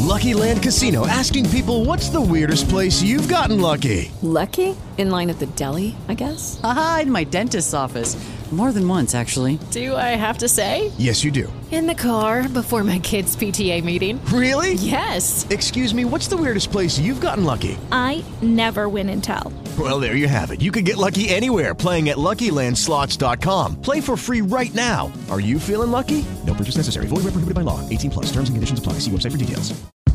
Lucky Land Casino, asking people, what's the weirdest place you've gotten lucky? Lucky? In line at the deli, I guess? Aha, in my dentist's office. More than once, actually. Do I have to say? Yes, you do. In the car before my kids' PTA meeting. Really? Yes. Excuse me, what's the weirdest place you've gotten lucky? I never win and tell. Well, there you have it. You can get lucky anywhere, playing at LuckyLandSlots.com. Play for free right now. Are you feeling lucky? No purchase necessary. Void where prohibited by law. 18 plus. Terms and conditions apply. See website for details.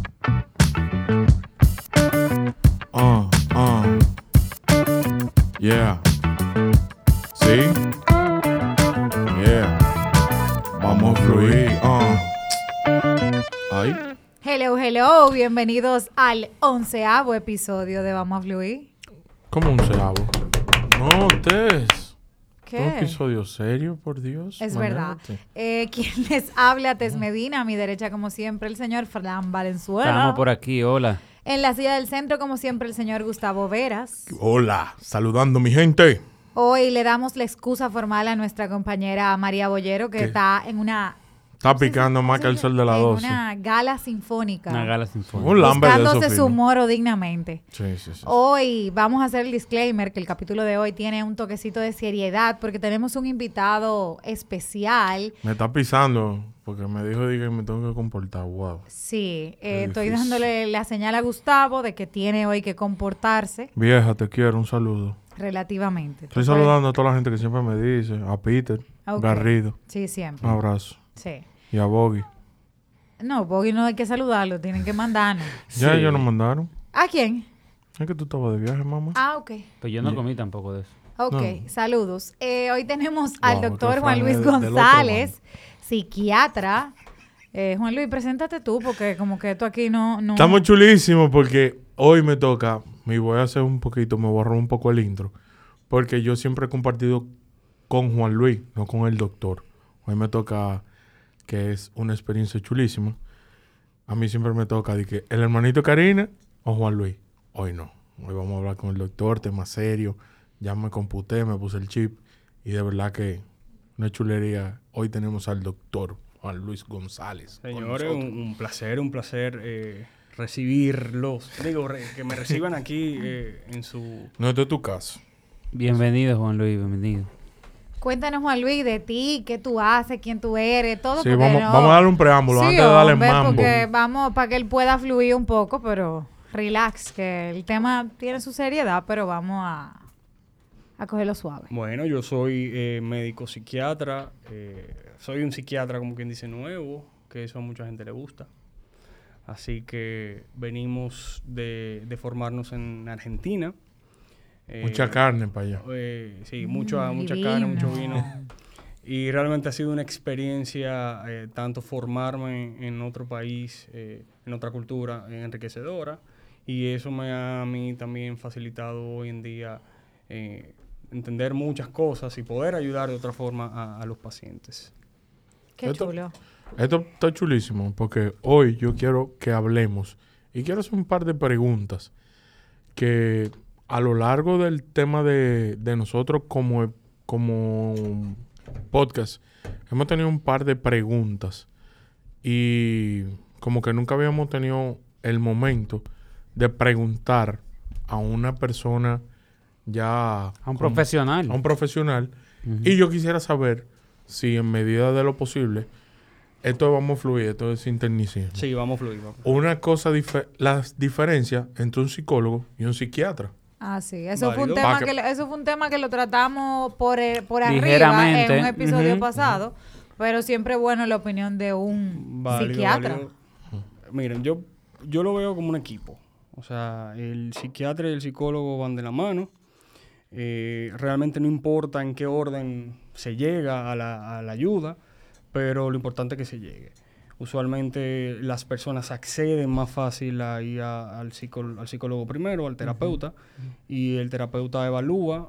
Yeah. ¿Sí? Yeah. Vamos a fluir. Ay. Hello, bienvenidos al 11º episodio de Vamos a Fluir. ¿Cómo 11º? No, Tess. ¿Qué? Un episodio serio, por Dios. Es Manate. verdad. Quien les habla, Tess Medina, a mi derecha, como siempre, el señor Fran Valenzuela. Estamos por aquí, hola. En la silla del centro, como siempre, el señor Gustavo Veras. Hola, saludando mi gente. Hoy le damos la excusa formal a nuestra compañera María Bollero, que ¿Qué? está en una... Está picando más que el sol de la 12. En una gala sinfónica. Una gala sinfónica. Un lambe de buscándose esos su finos. moro dignamente. Sí. Hoy vamos a hacer el disclaimer que el capítulo de hoy tiene un toquecito de seriedad porque tenemos un invitado especial. Me está pisando porque me dijo que me tengo que comportar. Wow. Sí, Qué estoy difícil. dándole la señal a Gustavo de que tiene hoy que comportarse Vieja, te quiero. Un saludo. relativamente. Estoy saludando a toda la gente que siempre me dice. A Peter, Ok. Garrido. Sí, siempre. Un abrazo. Sí. Y a Boggy. No, Boggy no hay que saludarlo, tienen que mandarnos. Ya ellos nos mandaron. ¿A quién? Es que tú estabas de viaje, mamá. Ah, ok. Pues yo no comí tampoco de eso. Ok, No. Saludos. Hoy tenemos al Wow, doctor qué Juan fan Luis del otro González, psiquiatra. Juan Luis, preséntate tú, porque como que esto aquí no... Estamos chulísimos porque hoy me toca, me voy a hacer un poquito, me voy a robar un poco el intro, porque yo siempre he compartido con Juan Luis, no con el doctor. Hoy me toca, que es una experiencia chulísima. A mí siempre me toca de que el hermanito Karina o Juan Luis. Hoy no. Hoy vamos a hablar con el doctor, tema serio. Ya me computé, me puse el chip y de verdad que una chulería. Hoy tenemos al doctor Juan Luis González. con Señores, nosotros. un placer recibirlos. Digo, que me reciban aquí en su... No, esto es tu caso. Bienvenido, Juan Luis, bienvenido. Cuéntanos, Juan Luis, de ti, qué tú haces, quién tú eres, todo. Sí, porque vamos, no- vamos a darle un preámbulo Sí, antes de darle hombre, mambo. porque vamos, para que él pueda fluir un poco, pero relax, que el tema tiene su seriedad, pero vamos a cogerlo suave. Bueno, yo soy médico psiquiatra. Soy un psiquiatra, como quien dice, nuevo, que eso a mucha gente le gusta. Así que venimos de formarnos en Argentina. Mucha carne para allá. Sí, mucha divino. carne, mucho vino. Y realmente ha sido una experiencia, tanto formarme en otro país, en otra cultura, enriquecedora. Y eso me ha a mí también facilitado hoy en día entender muchas cosas y poder ayudar de otra forma a los pacientes. Qué Esto- chulo. Esto está chulísimo porque hoy yo quiero que hablemos y quiero hacer un par de preguntas que a lo largo del tema de nosotros como podcast hemos tenido un par de preguntas y como que nunca habíamos tenido el momento de preguntar a una persona ya... A un profesional. A un profesional. Ujú. Y yo quisiera saber si en medida de lo posible esto vamos a fluir, esto es internicismo. Sí, vamos a fluir. Una cosa, las diferencias entre un psicólogo y un psiquiatra. Ah, sí. Eso fue un Válido. tema Pa' que- eso fue un tema que lo tratamos por arriba Ligeramente. en un episodio Ujú, pasado, pero siempre es bueno la opinión de un psiquiatra. Válido. Miren, yo lo veo como un equipo. O sea, el psiquiatra y el psicólogo van de la mano. Realmente no importa en qué orden se llega a la ayuda, pero lo importante es que se llegue. Usualmente las personas acceden más fácil ahí al psicólogo primero, al terapeuta, y el terapeuta evalúa,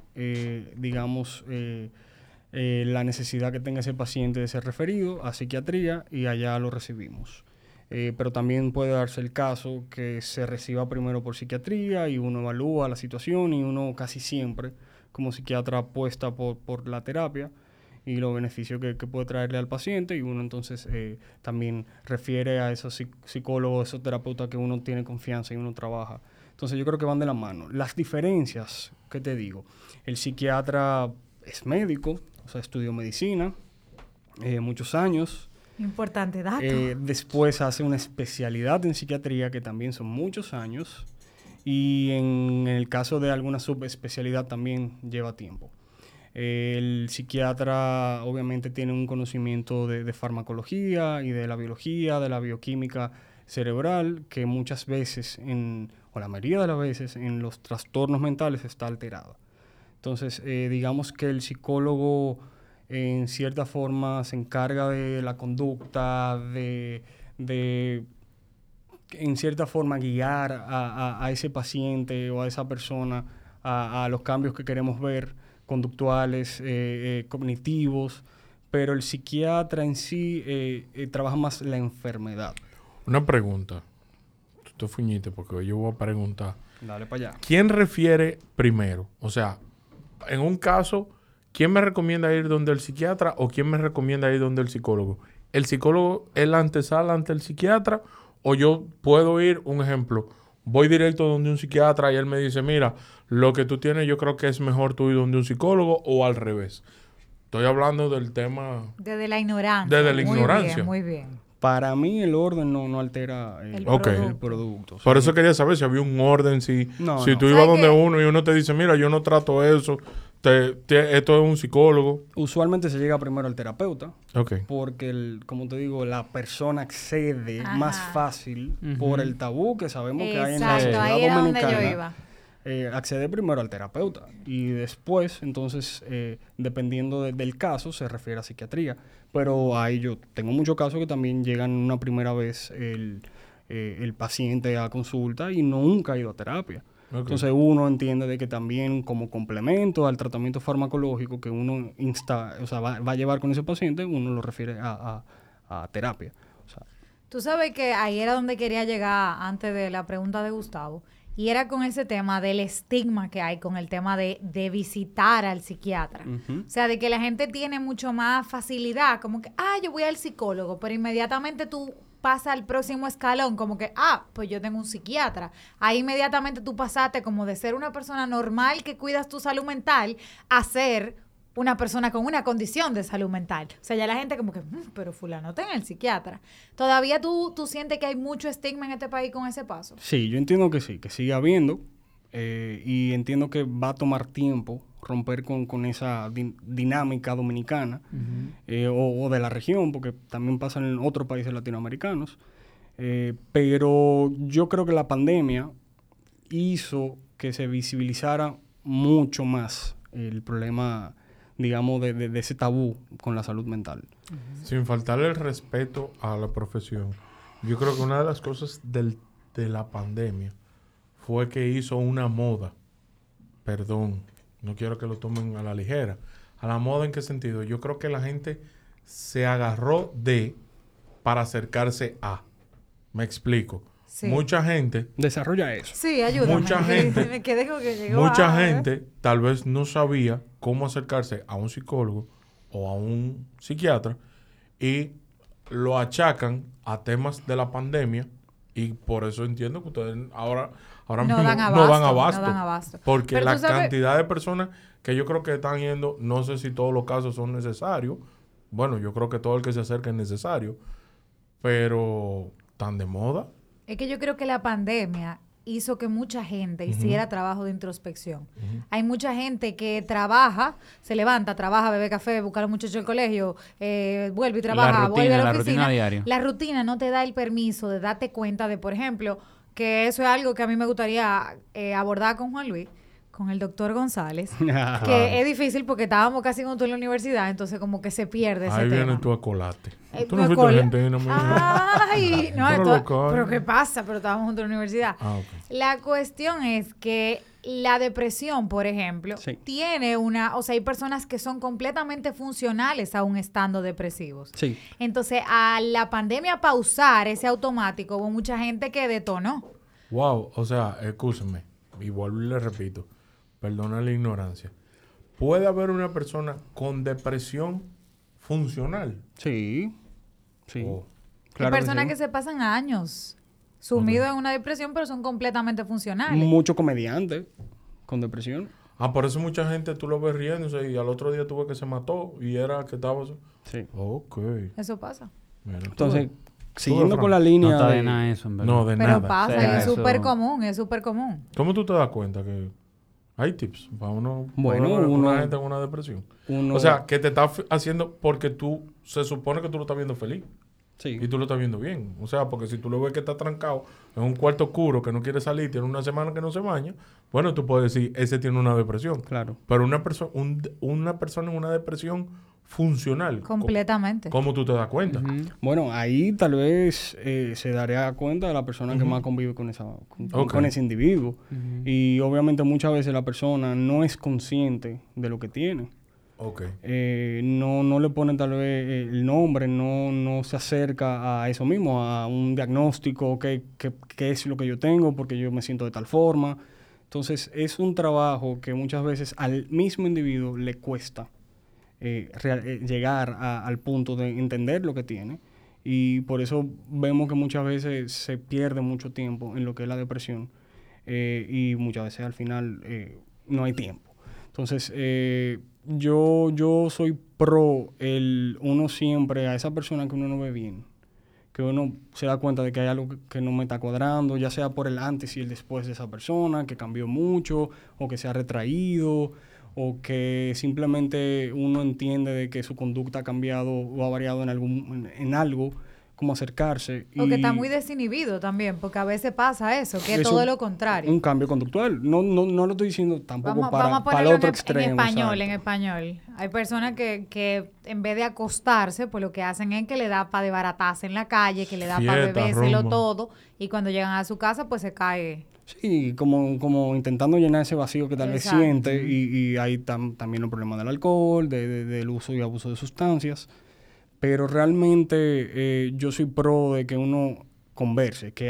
la necesidad que tenga ese paciente de ser referido a psiquiatría y allá lo recibimos. Pero también puede darse el caso que se reciba primero por psiquiatría y uno evalúa la situación y uno casi siempre como psiquiatra apuesta por la terapia y los beneficios que puede traerle al paciente, y uno entonces también refiere a esos psicólogos, esos terapeutas que uno tiene confianza y uno trabaja. Entonces yo creo que van de la mano. Las diferencias, ¿qué te digo? El psiquiatra es médico, o sea, estudió medicina muchos años. Importante dato. Después hace una especialidad en psiquiatría, que también son muchos años. Y en el caso de alguna subespecialidad también lleva tiempo. El psiquiatra obviamente tiene un conocimiento de farmacología y de la biología, de la bioquímica cerebral, que muchas veces, o la mayoría de las veces, en los trastornos mentales está alterada. Entonces, digamos que el psicólogo en cierta forma se encarga de la conducta, de en cierta forma guiar a ese paciente o a esa persona a los cambios que queremos ver, conductuales, cognitivos, pero el psiquiatra en sí trabaja más la enfermedad. Una pregunta. Tú te fuñiste porque yo voy a preguntar. Dale para allá. ¿Quién refiere primero? O sea, en un caso, ¿quién me recomienda ir donde el psiquiatra o quién me recomienda ir donde el psicólogo? ¿El psicólogo es la antesala ante el psiquiatra? O yo puedo ir, un ejemplo, voy directo donde un psiquiatra y él me dice, mira, lo que tú tienes yo creo que es mejor tú ir donde un psicólogo, o al revés. Estoy hablando del tema... Desde la ignorancia. Desde la ignorancia. Bien, muy bien. Para mí el orden no altera el producto. O sea, Por eso quería saber si había un orden, si tú no. ibas donde uno y uno te dice, mira, yo no trato eso, esto es un psicólogo. Usualmente se llega primero al terapeuta, Okay. porque, como te digo, la persona accede más fácil por el tabú que sabemos que hay en la sociedad ahí era donde dominicana. yo iba. Accede primero al terapeuta y después, entonces, dependiendo del caso, se refiere a psiquiatría. Pero ahí yo tengo muchos casos que también llegan una primera vez el paciente a consulta y nunca ha ido a terapia. Okay. Entonces uno entiende de que también como complemento al tratamiento farmacológico que uno va a llevar con ese paciente, uno lo refiere a terapia. O sea, tú sabes que ahí era donde quería llegar antes de la pregunta de Gustavo. Y era con ese tema del estigma que hay con el tema de visitar al psiquiatra. O sea, de que la gente tiene mucho más facilidad, como que, yo voy al psicólogo, pero inmediatamente tú pasas al próximo escalón, como que, pues yo tengo un psiquiatra. Ahí inmediatamente tú pasaste como de ser una persona normal que cuidas tu salud mental a ser una persona con una condición de salud mental. O sea, ya la gente como que, pero fulano está en el psiquiatra. ¿Todavía tú sientes que hay mucho estigma en este país con ese paso? Sí, yo entiendo que sí, que sigue habiendo. Y entiendo que va a tomar tiempo romper con esa dinámica dominicana o de la región, porque también pasa en otros países latinoamericanos. Pero yo creo que la pandemia hizo que se visibilizara mucho más el problema, digamos, de ese tabú con la salud mental. Sin faltarle el respeto a la profesión, yo creo que una de las cosas de la pandemia fue que hizo una moda. Perdón, no quiero que lo tomen a la ligera. ¿A la moda en qué sentido? Yo creo que la gente se agarró para acercarse a. Me explico. Sí. Mucha gente... Desarrolla eso. Sí, ayúdame. Mucha gente... Me quedé con que llegó mucha gente tal vez no sabía cómo acercarse a un psicólogo o a un psiquiatra y lo achacan a temas de la pandemia, y por eso entiendo que ustedes ahora mismo no dan abasto. Porque la cantidad de personas que yo creo que están yendo, no sé si todos los casos son necesarios. Bueno, yo creo que todo el que se acerca es necesario, pero tan de moda. Es que yo creo que la pandemia hizo que mucha gente hiciera trabajo de introspección. Hay mucha gente que trabaja, se levanta, trabaja, bebe café, busca a los muchachos del colegio, vuelve y trabaja, vuelve a la oficina. Rutina diaria. La rutina no te da el permiso de darte cuenta de, por ejemplo, que eso es algo que a mí me gustaría abordar con Juan Luis, con el doctor González, que es difícil porque estábamos casi juntos en la universidad, entonces como que se pierde ese tema. Ahí viene tu acolate. Tú no fuiste Argentina, Ay, no, pero ¿qué pasa? Pero estábamos juntos en la universidad. Okay. La cuestión es que la depresión, por ejemplo, tiene hay personas que son completamente funcionales aún estando depresivos. Sí. Entonces, a la pandemia pausar ese automático, hubo mucha gente que detonó. Wow, o sea, escúchame, y vuelvo y le repito, perdona la ignorancia, ¿puede haber una persona con depresión funcional? Sí, sí. Oh. Claro Hay personas sí. que se pasan años sumidos en una depresión, pero son completamente funcionales. Muchos comediantes con depresión. Por eso mucha gente tú lo ves riéndose y al otro día tú ves que se mató y era que estaba... Sí. Ok. Eso pasa. Mira, tú Entonces, ves. siguiendo Tú, con la Fran. línea No está de... de nada eso, en verdad. No, de Pero nada. pasa, Sí, y es eso- súper común, es súper común. ¿Cómo tú te das cuenta que hay tips para uno Bueno, poder ver uno- una gente en una depresión? uno- O sea, que te está haciendo porque tú se supone que tú lo estás viendo feliz Sí. y tú lo estás viendo bien. O sea, porque si tú lo ves que está trancado en un cuarto oscuro que no quiere salir, tiene una semana que no se baña, bueno, tú puedes decir, ese tiene una depresión. Claro. Pero una persona en una depresión funcional, Completamente. ¿cómo tú te das cuenta? Bueno, ahí tal vez se daría cuenta de la persona que más convive con Ok. con ese individuo. Y obviamente muchas veces la persona no es consciente de lo que tiene. Ok. No le pone tal vez el nombre, no se acerca a eso mismo, a un diagnóstico, qué es lo que yo tengo, porque yo me siento de tal forma. Entonces, es un trabajo que muchas veces al mismo individuo le cuesta llegar al punto de entender lo que tiene. Y por eso vemos que muchas veces se pierde mucho tiempo en lo que es la depresión y muchas veces al final no hay tiempo. Entonces, yo soy pro uno siempre, a esa persona que uno no ve bien, que uno se da cuenta de que hay algo que no me está cuadrando, ya sea por el antes y el después de esa persona, que cambió mucho, o que se ha retraído, o que simplemente uno entiende de que su conducta ha cambiado o ha variado en algo, como acercarse. O que está muy desinhibido también, porque a veces pasa eso, que es Eso, todo lo contrario. Un cambio conductual. No lo estoy diciendo tampoco Vamos a para el ponerlo otro en extremo. español, exacto. en español. Hay personas que en vez de acostarse, pues lo que hacen es que le da para desbaratarse en la calle, que le da para Fiesta, bebérselo rumba. todo, y cuando llegan a su casa, pues se cae. Sí, como intentando llenar ese vacío que tal vez Exacto. siente. Y hay también el problema del alcohol, del uso y abuso de sustancias. Pero realmente yo soy pro de que uno converse, que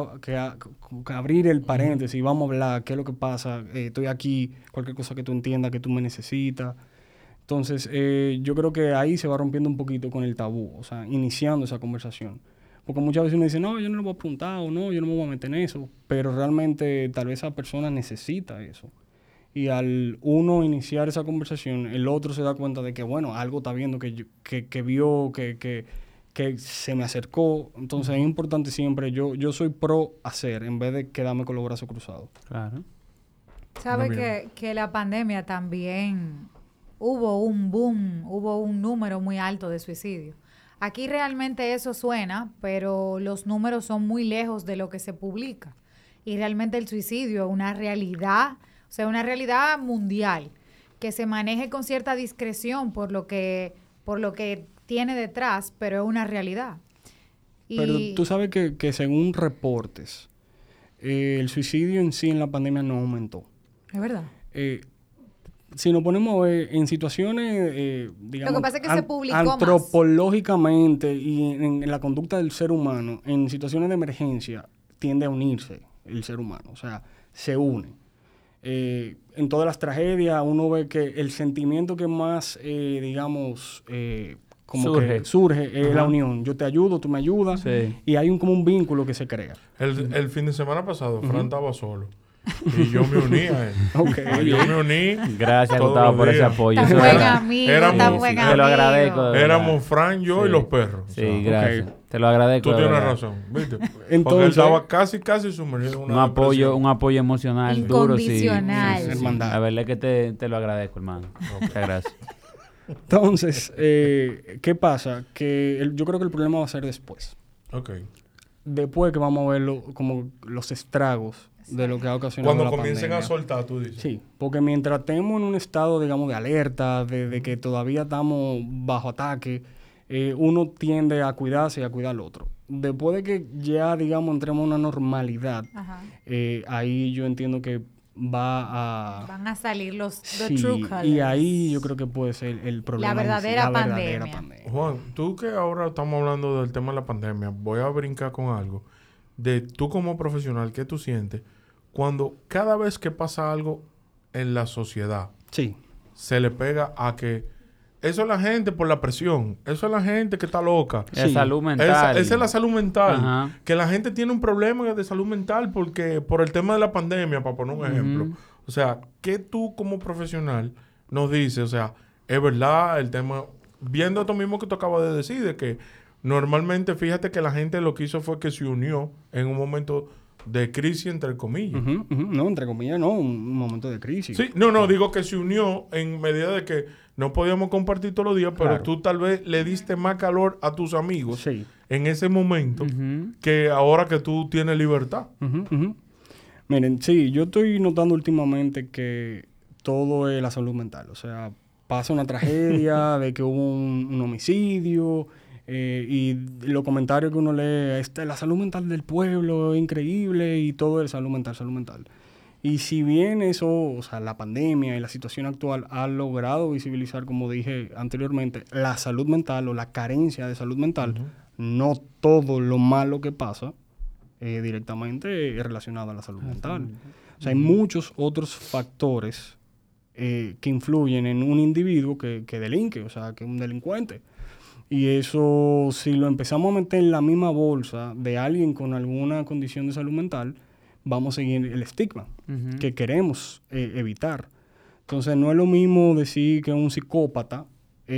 abrir el paréntesis, vamos a hablar, qué es lo que pasa, estoy aquí, cualquier cosa que tú entiendas, que tú me necesitas. Entonces, yo creo que ahí se va rompiendo un poquito con el tabú, o sea, iniciando esa conversación. Porque muchas veces uno dice, no, yo no lo voy a preguntar, o no, yo no me voy a meter en eso, pero realmente tal vez esa persona necesita eso. Y al uno iniciar esa conversación, el otro se da cuenta de que, bueno, algo está viendo que vio, que se me acercó. Entonces es importante siempre, yo soy pro hacer, en vez de quedarme con los brazos cruzados. Claro. ¿Sabe Muy bien. que la pandemia también hubo un boom, hubo un número muy alto de suicidio? Aquí realmente eso suena, pero los números son muy lejos de lo que se publica. Y realmente el suicidio es una realidad, o sea, una realidad mundial, que se maneje con cierta discreción por lo que tiene detrás, pero es una realidad. Pero tú sabes que según reportes, el suicidio en sí en la pandemia no aumentó. Es verdad. Si nos ponemos a ver en situaciones, digamos, Lo que pasa es que se publicó más. antropológicamente y en la conducta del ser humano, en situaciones de emergencia, tiende a unirse el ser humano, o sea, se une. En todas las tragedias uno ve que el sentimiento que más, digamos, como Surge. que surge es la Ajá. unión. Yo te ayudo, tú me ayudas, Sí. y hay como un vínculo que se crea. El fin de semana pasado, Fran estaba solo. Y yo me uní a él. Ok. Yo me uní. Gracias, todos Gustavo, los por ese días. apoyo. Tan Eso buen era- amigo, éramos- tan buen te amigo. lo agradezco. de verdad. Éramos Fran, yo y Sí. los perros. O Sí, sea, gracias. ok. Te lo agradezco. Tú de tienes verdad. razón, ¿viste? Porque él Entonces- estaba casi sumergido en una depresión. Un apoyo emocional duro, sí. Incondicional. Sí, sí, sí. Hermandad. La verdad es que te lo agradezco, hermano. Muchas gracias. Entonces, ¿qué pasa? Que yo creo que el problema va a ser después. Ok. Después que vamos a ver como los estragos de lo que ha ocasionado Cuando la comiencen pandemia. a soltar, tú dices. Sí, porque mientras estemos en un estado, digamos, de alerta, de que todavía estamos bajo ataque, uno tiende a cuidarse y a cuidar al otro. Después de que ya, digamos, entremos en una normalidad, Ajá. ahí yo entiendo que va a... Van a salir los the Sí, true colors. y ahí yo creo que puede ser el problema. en sí, verdadera la pandemia. Juan, tú que ahora estamos hablando del tema de la pandemia, voy a brincar con algo. De tú como profesional, ¿qué tú sientes cuando cada vez que pasa algo en la sociedad, Sí. se le pega a que eso es la gente por la presión. Eso es la gente que está loca. La salud mental. Esa es la salud mental. Ajá. Que la gente tiene un problema de salud mental porque por el tema de la pandemia, para poner un ejemplo. O sea, ¿qué tú como profesional nos dices? O sea, es verdad el tema... Viendo esto mismo que tú acabas de decir, de que normalmente, fíjate que la gente lo que hizo fue que se unió en un momento de crisis, entre comillas. No, entre comillas, no, un momento de crisis. Sí, no, digo que se unió en medida de que no podíamos compartir todos los días, pero Claro. tú tal vez le diste más calor a tus amigos Sí. en ese momento que ahora que tú tienes libertad. Miren, sí, yo estoy notando últimamente que todo es la salud mental. O sea, pasa una tragedia de que hubo un homicidio y los comentarios que uno lee, la salud mental del pueblo es increíble y todo es salud mental. Y si bien eso, o sea, la pandemia y la situación actual ha logrado visibilizar, como dije anteriormente, la salud mental o la carencia de salud mental, no todo lo malo que pasa directamente es relacionado a la salud mental. O sea, hay muchos otros factores que influyen en un individuo que delinque, o sea, que es un delincuente. Y eso, si lo empezamos a meter en la misma bolsa de alguien con alguna condición de salud mental, vamos a seguir el estigma que queremos evitar. Entonces, no es lo mismo decir que un psicópata,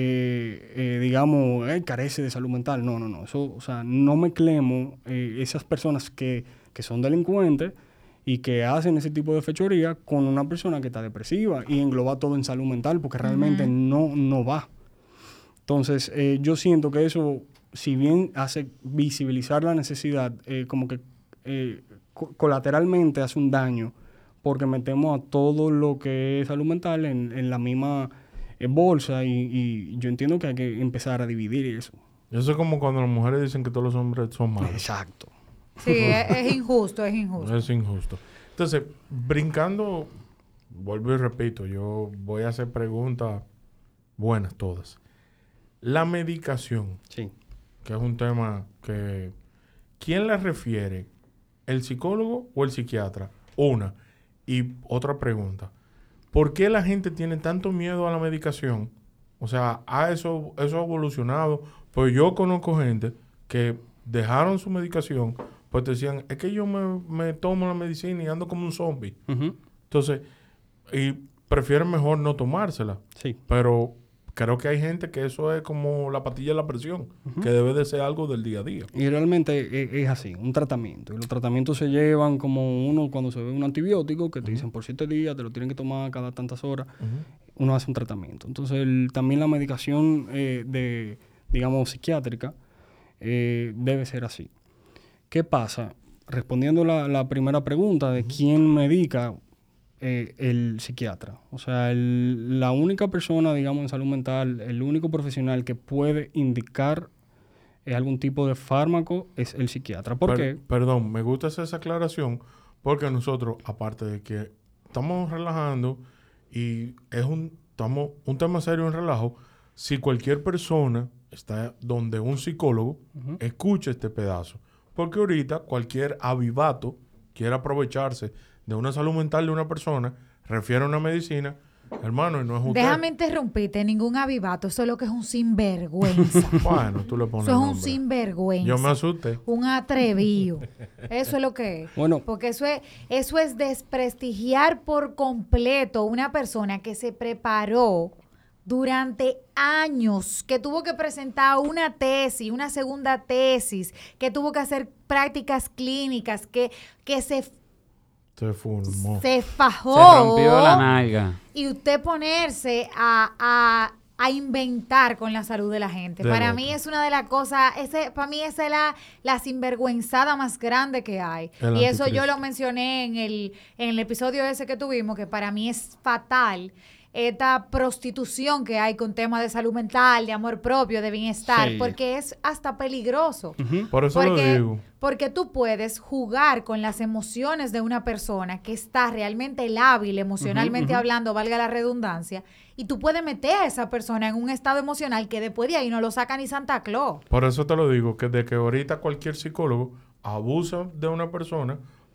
digamos, carece de salud mental. No. Eso, o sea, no mezclemos esas personas que son delincuentes y que hacen ese tipo de fechoría con una persona que está depresiva y engloba todo en salud mental porque realmente no va. Entonces, yo siento que eso, si bien hace visibilizar la necesidad, como que colateralmente hace un daño porque metemos a todo lo que es salud mental en la misma bolsa y yo entiendo que hay que empezar a dividir eso. Eso es como cuando las mujeres dicen que todos los hombres son malos. Exacto. Sí, es injusto, es injusto. Es injusto. Entonces, brincando, vuelvo y repito, yo voy a hacer preguntas buenas todas. La medicación, Sí. que es un tema que... ¿Quién la refiere? ¿El psicólogo o el psiquiatra? Una. Y otra pregunta. ¿Por qué la gente tiene tanto miedo a la medicación? O sea, eso ha evolucionado. Pues yo conozco gente que dejaron su medicación, pues decían, es que yo me tomo la medicina y ando como un zombie. Entonces, y prefieren mejor no tomársela. Sí. Pero creo que hay gente que eso es como la pastilla de la presión, que debe de ser algo del día a día. Y realmente es así, un tratamiento. Y los tratamientos se llevan como uno cuando se ve un antibiótico, que te dicen por 7 días, te lo tienen que tomar cada tantas horas. Uno hace un tratamiento. Entonces, también la medicación digamos, psiquiátrica, debe ser así. ¿Qué pasa? Respondiendo la primera pregunta de quién medica, el psiquiatra. O sea, la única persona, digamos, en salud mental, el único profesional que puede indicar algún tipo de fármaco es el psiquiatra. ¿Por qué? Perdón, me gusta hacer esa aclaración porque nosotros, aparte de que estamos relajando y es un tema serio en relajo, si cualquier persona está donde un psicólogo, escuche este pedazo. Porque ahorita cualquier avivato quiere aprovecharse de una salud mental de una persona, refiere a una medicina, hermano, y no es usted. Déjame interrumpirte, ningún avivato, eso es lo que es un sinvergüenza. Bueno, tú le pones Eso es un nombre. sinvergüenza. Yo me asusté. Un atrevido. Eso es lo que es. Bueno. Porque eso es desprestigiar por completo una persona que se preparó durante años, que tuvo que presentar una tesis, una segunda tesis, que tuvo que hacer prácticas clínicas, que se formó. se fajó. Se rompió la nalga. Y usted ponerse a inventar con la salud de la gente. De Para loca. mí es una de las cosas, para mí esa es la sinvergüenzada más grande que hay. El Y eso yo anticristo. lo mencioné en el episodio ese que tuvimos, que para mí es fatal esta prostitución que hay con temas de salud mental, de amor propio, de bienestar, Sí. porque es hasta peligroso. Por eso lo digo. Porque tú puedes jugar con las emociones de una persona que está realmente lábil emocionalmente hablando, valga la redundancia, y tú puedes meter a esa persona en un estado emocional que después de ahí no lo saca ni Santa Claus. Por eso te lo digo, que de que ahorita cualquier psicólogo abusa de una persona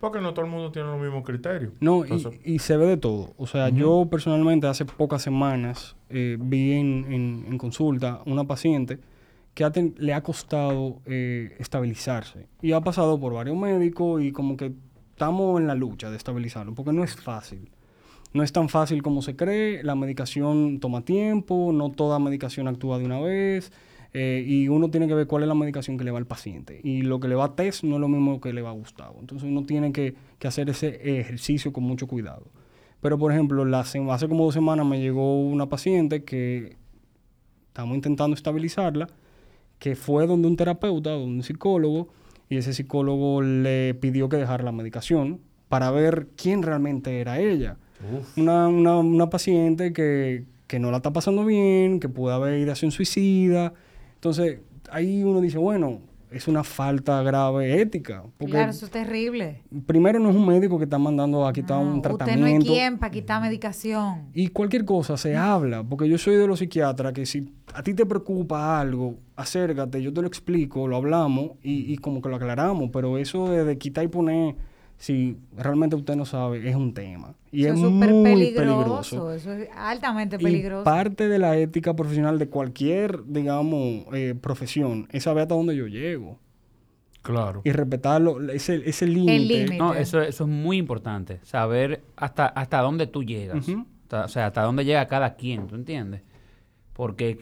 Porque no todo el mundo tiene los mismos criterios. No, Entonces, y se ve de todo. O sea, yo personalmente hace pocas semanas vi en consulta una paciente que le ha costado estabilizarse. Y ha pasado por varios médicos y como que estamos en la lucha de estabilizarlo, porque no es fácil. No es tan fácil como se cree, la medicación toma tiempo, no toda medicación actúa de una vez, y uno tiene que ver cuál es la medicación que le va al paciente. Y lo que le va a Tess no es lo mismo que le va a Gustavo. Entonces uno tiene que hacer ese ejercicio con mucho cuidado. Pero, por ejemplo, hace como 2 semanas me llegó una paciente que estamos intentando estabilizarla, que fue donde un terapeuta, donde un psicólogo, y ese psicólogo le pidió que dejara la medicación para ver quién realmente era ella. Una paciente que no la está pasando bien, que puede haber ideación suicida. Entonces, ahí uno dice, bueno, es una falta grave ética. Porque claro, eso es terrible. Primero, no es un médico que está mandando a quitar un tratamiento. Usted no es quien para quitar medicación. Y cualquier cosa se habla, porque yo soy de los psiquiatras que si a ti te preocupa algo, acércate, yo te lo explico, lo hablamos y como que lo aclaramos. Pero eso de quitar y poner, si realmente usted no sabe, es un tema. Y eso es súper muy peligroso. Eso es altamente peligroso. Y parte de la ética profesional de cualquier, digamos, profesión es saber hasta dónde yo llego. claro. Y respetarlo, ese límite. No, eso es muy importante. Saber hasta dónde tú llegas. Ujú. O sea, hasta dónde llega cada quien, ¿tú entiendes? Porque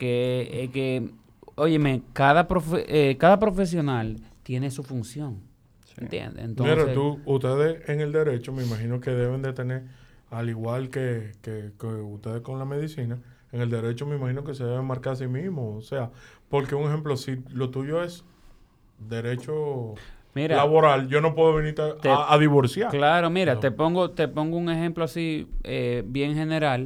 óyeme, cada profesional tiene su función. ¿Entiendes? Entonces, Mira, ustedes en el derecho me imagino que deben de tener, al igual que ustedes con la medicina, en el derecho me imagino que se deben marcar a sí mismos. O sea, porque un ejemplo, si lo tuyo es derecho laboral, yo no puedo venir a divorciar. Claro, mira, No. te pongo un ejemplo así bien general.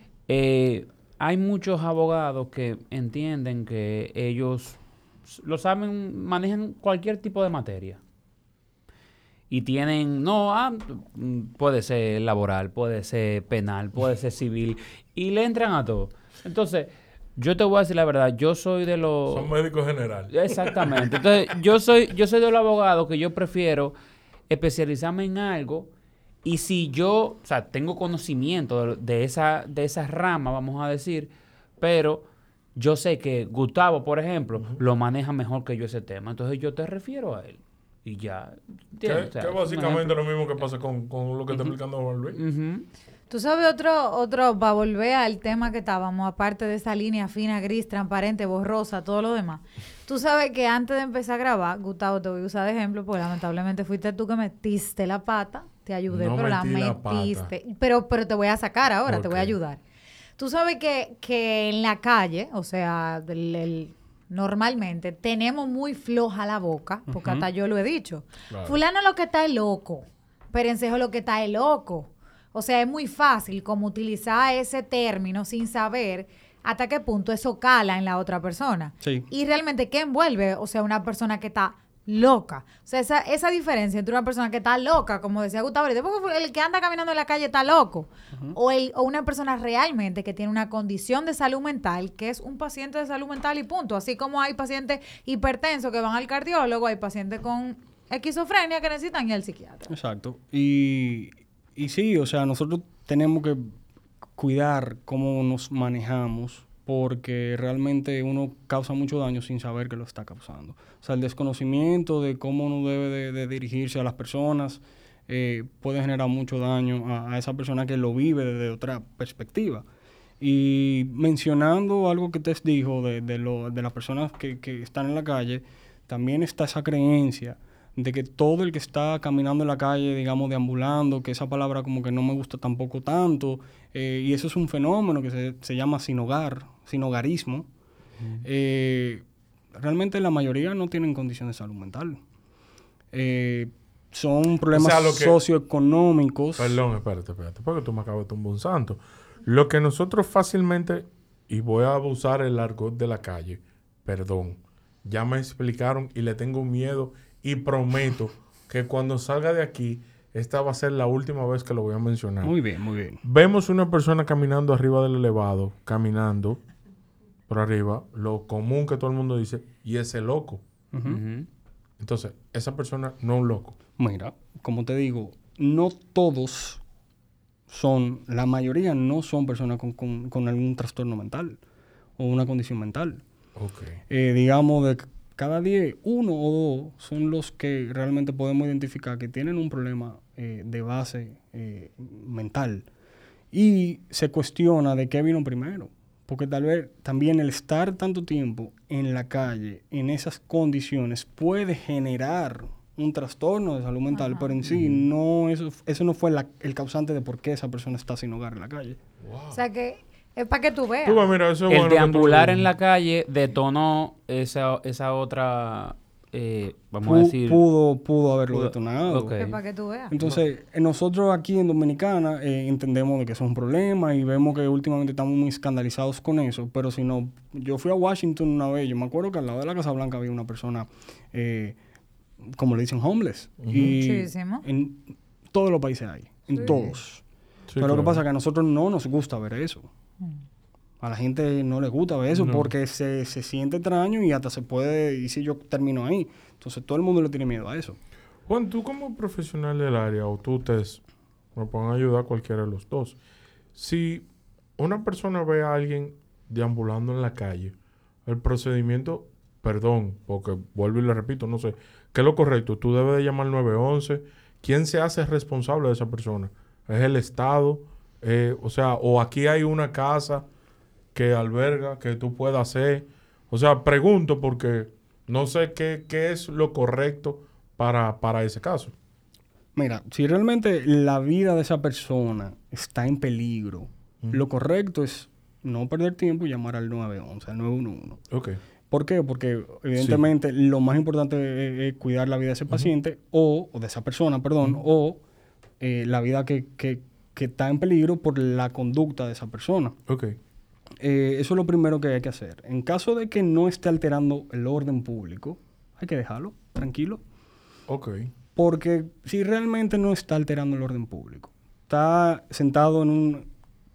Hay muchos abogados que entienden que ellos lo saben, manejan cualquier tipo de materia. Y tienen, puede ser laboral, puede ser penal, puede ser civil, y le entran a todo. Entonces, yo te voy a decir la verdad, yo soy de los... Son médicos generales. Exactamente. Entonces, yo soy de los abogados que yo prefiero especializarme en algo, y si yo, o sea, tengo conocimiento de esa rama, vamos a decir, pero yo sé que Gustavo, por ejemplo, lo maneja mejor que yo ese tema. Entonces, yo te refiero a él. Y ya. Que O sea, básicamente lo mismo que pasa con lo que está explicando Juan Luis. Tú sabes otro, para volver al tema que estábamos, aparte de esa línea fina, gris, transparente, borrosa, todo lo demás. Tú sabes que antes de empezar a grabar, Gustavo, te voy a usar de ejemplo, porque lamentablemente fuiste tú que metiste la pata. Te ayudé, No pero la metí la metiste. Pero te voy a sacar ahora, te voy a Ok. ayudar. Tú sabes que en la calle, o sea, normalmente tenemos muy floja la boca, porque hasta yo lo he dicho. Claro. Fulano lo que está es loco, Perencejo lo que está es loco. O sea, es muy fácil como utilizar ese término sin saber hasta qué punto eso cala en la otra persona. Sí. Y realmente, ¿qué envuelve? O sea, una persona que está loca. O sea, esa diferencia entre una persona que está loca, como decía Gustavo, porque el que anda caminando en la calle está loco, o una persona realmente que tiene una condición de salud mental, que es un paciente de salud mental y punto. Así como hay pacientes hipertensos que van al cardiólogo, hay pacientes con esquizofrenia que necesitan ir al psiquiatra. Exacto. Y sí, o sea, nosotros tenemos que cuidar cómo nos manejamos, porque realmente uno causa mucho daño sin saber que lo está causando. O sea, el desconocimiento de cómo uno debe de dirigirse a las personas puede generar mucho daño a esa persona que lo vive desde otra perspectiva. Y mencionando algo que Tess dijo de las personas que están en la calle, también está esa creencia de que todo el que está caminando en la calle, digamos, deambulando, que esa palabra como que no me gusta tampoco tanto, y eso es un fenómeno que se llama sinogarismo. Realmente la mayoría no tienen condición de salud mental. Son problemas socioeconómicos. Perdón, espérate, porque tú me acabas de tumbar un santo. Lo que nosotros fácilmente, y voy a abusar el argot de la calle, perdón, ya me explicaron y le tengo miedo y prometo que cuando salga de aquí, esta va a ser la última vez que lo voy a mencionar. Muy bien, muy bien. Vemos una persona caminando arriba del elevado, caminando por arriba, lo común que todo el mundo dice, y ese loco. Entonces, esa persona no es un loco. Mira, como te digo, no todos son, la mayoría no son personas con algún trastorno mental o una condición mental. Ok. Digamos, de cada 10, 1 o 2 son los que realmente podemos identificar que tienen un problema de base mental. Y se cuestiona de qué vino primero. Porque tal vez también el estar tanto tiempo en la calle, en esas condiciones, puede generar un trastorno de salud mental, pero en sí no, eso no fue el causante de por qué esa persona está sin hogar en la calle. O sea que es para que tú veas. Tú, mira, eso es El bueno que tú deambular digas. en la calle detonó esa otra, vamos a decir... Pudo haberlo pudo- detonado. ok. Es para que tú veas. Entonces, nosotros aquí en Dominicana entendemos de que eso es un problema y vemos que últimamente estamos muy escandalizados con eso, pero si no, yo fui a Washington una vez, yo me acuerdo que al lado de la Casa Blanca había una persona, como le dicen, homeless. Y Muchísimo. en todos los países hay, en todos. Sí, Pero lo que claro. pasa es que a nosotros no nos gusta ver eso. A la gente no le gusta ver eso No. porque se siente extraño y hasta se puede, y si yo termino ahí. Entonces todo el mundo le tiene miedo a eso. Juan, tú como profesional del área o tú me pueden ayudar cualquiera de los dos. Si una persona ve a alguien deambulando en la calle, el procedimiento, perdón, porque vuelvo y le repito, no sé, ¿qué es lo correcto? Tú debes de llamar al 911. ¿Quién se hace responsable de esa persona? ¿Es el Estado? O sea, o aquí hay una casa que alberga, que tú puedas hacer. O sea, pregunto porque no sé qué es lo correcto para ese caso. Mira, si realmente la vida de esa persona está en peligro, lo correcto es no perder tiempo y llamar al 911, al 911. Ok. ¿Por qué? Porque evidentemente lo más importante es cuidar la vida de ese paciente o de esa persona, perdón, o la vida que está en peligro por la conducta de esa persona. Ok. Eso es lo primero que hay que hacer. En caso de que no esté alterando el orden público, hay que dejarlo tranquilo. Ok. Porque si realmente no está alterando el orden público, está sentado en un...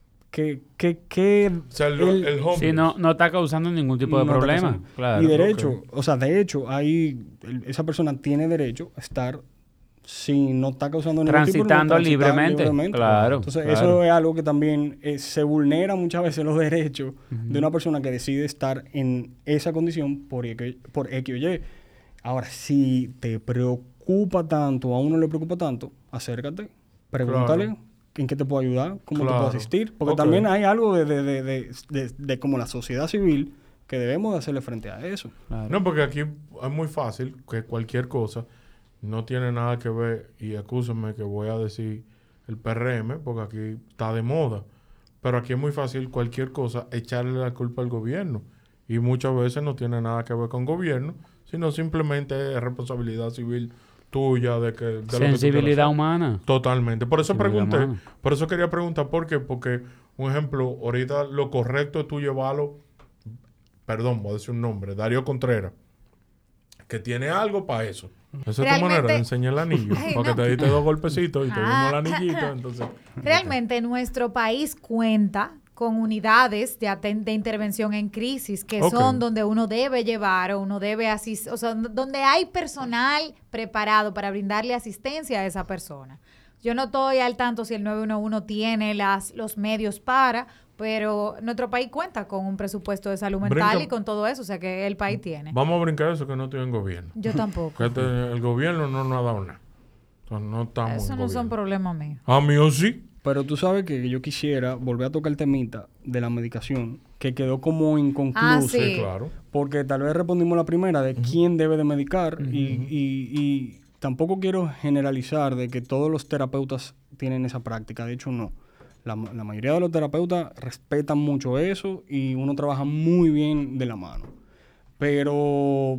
O sea, el home. Sí, no está causando ningún tipo de no está problema. pasando. Claro. Y derecho, ok. o sea, de hecho, esa persona tiene derecho a estar si no está causando ningún tipo de Transitando transitar libremente. Claro, Entonces, claro. eso es algo que también se vulnera muchas veces los derechos de una persona que decide estar en esa condición por X o Y. Ahora, si te preocupa tanto, a uno le preocupa tanto, acércate, pregúntale Claro. en qué te puedo ayudar, cómo te Claro. puedo asistir. Porque Ok. también hay algo de como la sociedad civil que debemos de hacerle frente a eso. Claro. No, porque aquí es muy fácil que cualquier cosa no tiene nada que ver, y acúsenme que voy a decir el PRM, porque aquí está de moda, pero aquí es muy fácil cualquier cosa echarle la culpa al gobierno, y muchas veces no tiene nada que ver con gobierno, sino simplemente es responsabilidad civil tuya de lo que tú quieras Sensibilidad hacer. humana. Totalmente. Por eso Sensibilidad pregunté, humana. por eso quería preguntar, ¿por qué? Porque, un ejemplo, ahorita lo correcto es tú llevarlo, perdón, voy a decir un nombre, Darío Contreras, que tiene algo para eso. Esa es tu Realmente- manera de enseñar el anillo, Ay, porque no. te diste 2 golpecitos y te dimos el Ah. anillito, entonces... Realmente nuestro país cuenta con unidades de intervención en crisis, que Ok. son donde uno debe llevar o uno debe asistir, o sea, donde hay personal preparado para brindarle asistencia a esa persona. Yo no estoy al tanto si el 911 tiene los medios para, pero nuestro país cuenta con un presupuesto de salud mental Brinca- y con todo eso, o sea que el país tiene. Vamos a brincar eso que no estoy en gobierno. Yo tampoco. Que el gobierno no nos ha dado nada. Entonces, no estamos Eso en no son gobierno. problemas míos. Ah, mío sí. Pero tú sabes que yo quisiera volver a tocar el temita de la medicación, que quedó como inconcluso. Ah, sí. Sí, claro. Porque tal vez respondimos la primera de quién debe de medicar y tampoco quiero generalizar de que todos los terapeutas tienen esa práctica. De hecho, no. La mayoría de los terapeutas respetan mucho eso y uno trabaja muy bien de la mano. Pero,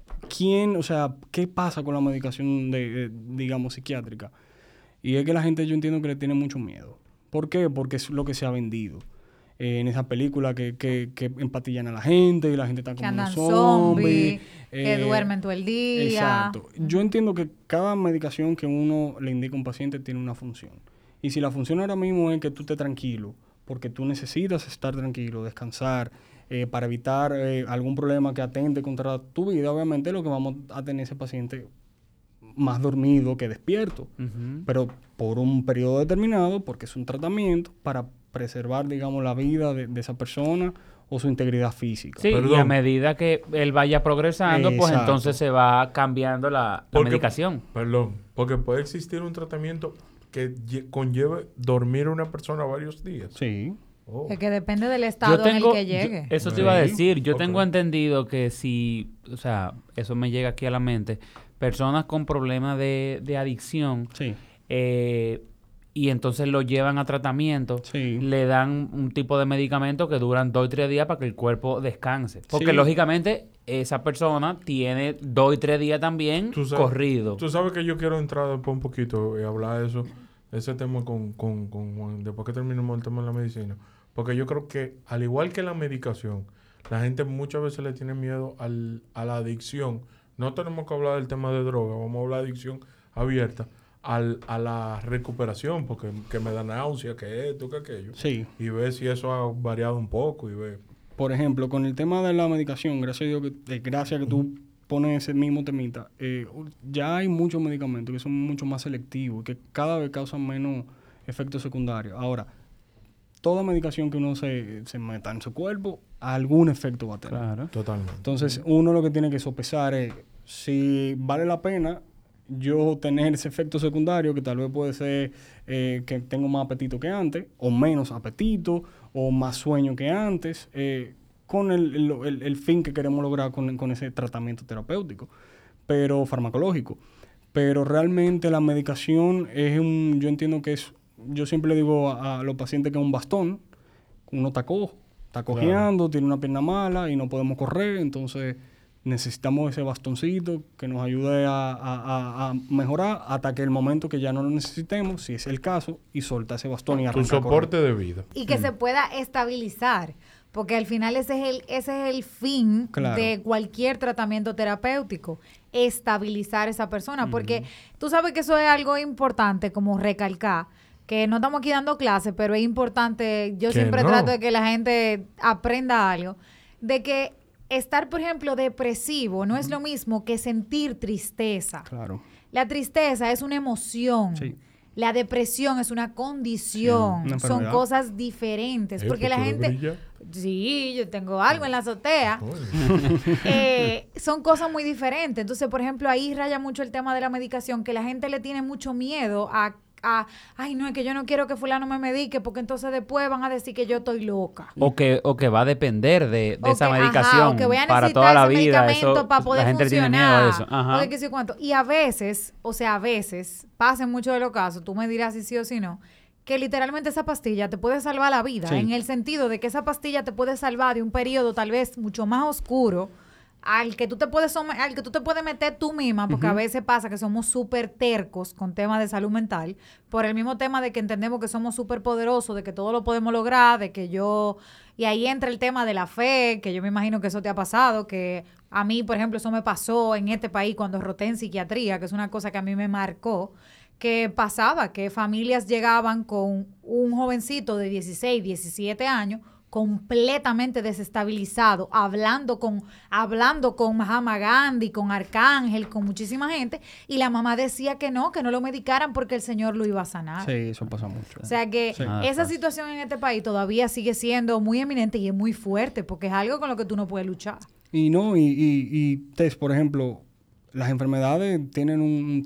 ¿qué pasa con la medicación digamos, psiquiátrica? Y es que la gente, yo entiendo que le tiene mucho miedo. ¿Por qué? Porque es lo que se ha vendido. En esa película que empatillan a la gente y la gente está Que como andan unos zombies. que duermen todo el día. Exacto. Yo entiendo que cada medicación que uno le indica a un paciente tiene una función. Y si la función ahora mismo es que tú estés tranquilo, porque tú necesitas estar tranquilo, descansar, para evitar algún problema que atente contra tu vida, obviamente lo que vamos a tener ese paciente más dormido que despierto, pero por un periodo determinado, porque es un tratamiento para preservar, digamos, la vida de esa persona o su integridad física. Sí, y a medida que él vaya progresando, pues entonces se va cambiando la medicación. Porque puede existir un tratamiento que conlleve dormir a una persona varios días. Sí. Oh. Es que depende del estado en el que llegue. Eso te iba a decir. Yo tengo entendido que si, o sea, eso me llega aquí a la mente, personas con problemas de adicción, y entonces lo llevan a tratamiento, le dan un tipo de medicamento que duran 2 y 3 días para que el cuerpo descanse. Porque lógicamente esa persona tiene 2 y 3 días también corrido. Tú sabes que yo quiero entrar después un poquito y hablar de eso, ese tema con Juan, después que terminemos el tema de la medicina. Porque yo creo que, al igual que la medicación, la gente muchas veces le tiene miedo a la adicción. No tenemos que hablar del tema de droga, vamos a hablar de adicción abierta. A la recuperación, porque que me da náusea, que esto, que aquello. Sí. Y ver si eso ha variado un poco y ver. Por ejemplo, con el tema de la medicación, gracias a Dios, gracias a que tú pones ese mismo temita, ya hay muchos medicamentos que son mucho más selectivos y que cada vez causan menos efectos secundarios. Ahora, toda medicación que uno se meta en su cuerpo, algún efecto va a tener. Claro. Totalmente. Entonces, uno lo que tiene que sopesar es si vale la pena yo tener ese efecto secundario, que tal vez puede ser que tengo más apetito que antes, o menos apetito, o más sueño que antes, con el fin que queremos lograr con ese tratamiento terapéutico, pero farmacológico. Pero realmente la medicación yo entiendo que yo siempre le digo a los pacientes que es un bastón, uno está cojo, está cojeando, tiene una pierna mala y no podemos correr, entonces necesitamos ese bastoncito que nos ayude a mejorar hasta que el momento que ya no lo necesitemos, si es el caso, y soltar ese bastón y arrancar. Tu soporte de vida. Y que se pueda estabilizar, porque al final ese es el fin de cualquier tratamiento terapéutico, estabilizar esa persona, porque tú sabes que eso es algo importante, como recalcar, que no estamos aquí dando clases, pero es importante, yo siempre trato de que la gente aprenda algo, de que estar, por ejemplo, depresivo no es lo mismo que sentir tristeza. Claro. La tristeza es una emoción. Sí. La depresión es una condición. Sí, son cosas diferentes. Porque la gente... Brilla. Sí, yo tengo algo en la azotea. Son cosas muy diferentes. Entonces, por ejemplo, ahí raya mucho el tema de la medicación, que la gente le tiene mucho miedo ay, no, es que yo no quiero que fulano me medique porque entonces después van a decir que yo estoy loca. O que va a depender de esa medicación para toda la vida. Eso, para poder la gente funcionar. tiene miedo a eso. Ajá. O de qué sé cuánto. Y a veces, pasa en muchos de los casos, tú me dirás si sí o si no, que literalmente esa pastilla te puede salvar la vida, en el sentido de que esa pastilla te puede salvar de un periodo tal vez mucho más oscuro, al que tú te puedes meter tú misma, porque a veces pasa que somos súper tercos con temas de salud mental, por el mismo tema de que entendemos que somos súper poderosos, de que todo lo podemos lograr, y ahí entra el tema de la fe, que yo me imagino que eso te ha pasado, que a mí, por ejemplo, eso me pasó en este país cuando roté en psiquiatría, que es una cosa que a mí me marcó, que pasaba, que familias llegaban con un jovencito de 16, 17 años, completamente desestabilizado, hablando con Mahatma Gandhi, con Arcángel, con muchísima gente, y la mamá decía que no lo medicaran porque el Señor lo iba a sanar. Sí, eso pasa mucho. O sea que esa situación en este país todavía sigue siendo muy eminente y es muy fuerte, porque es algo con lo que tú no puedes luchar. Y Tess, por ejemplo, las enfermedades tienen un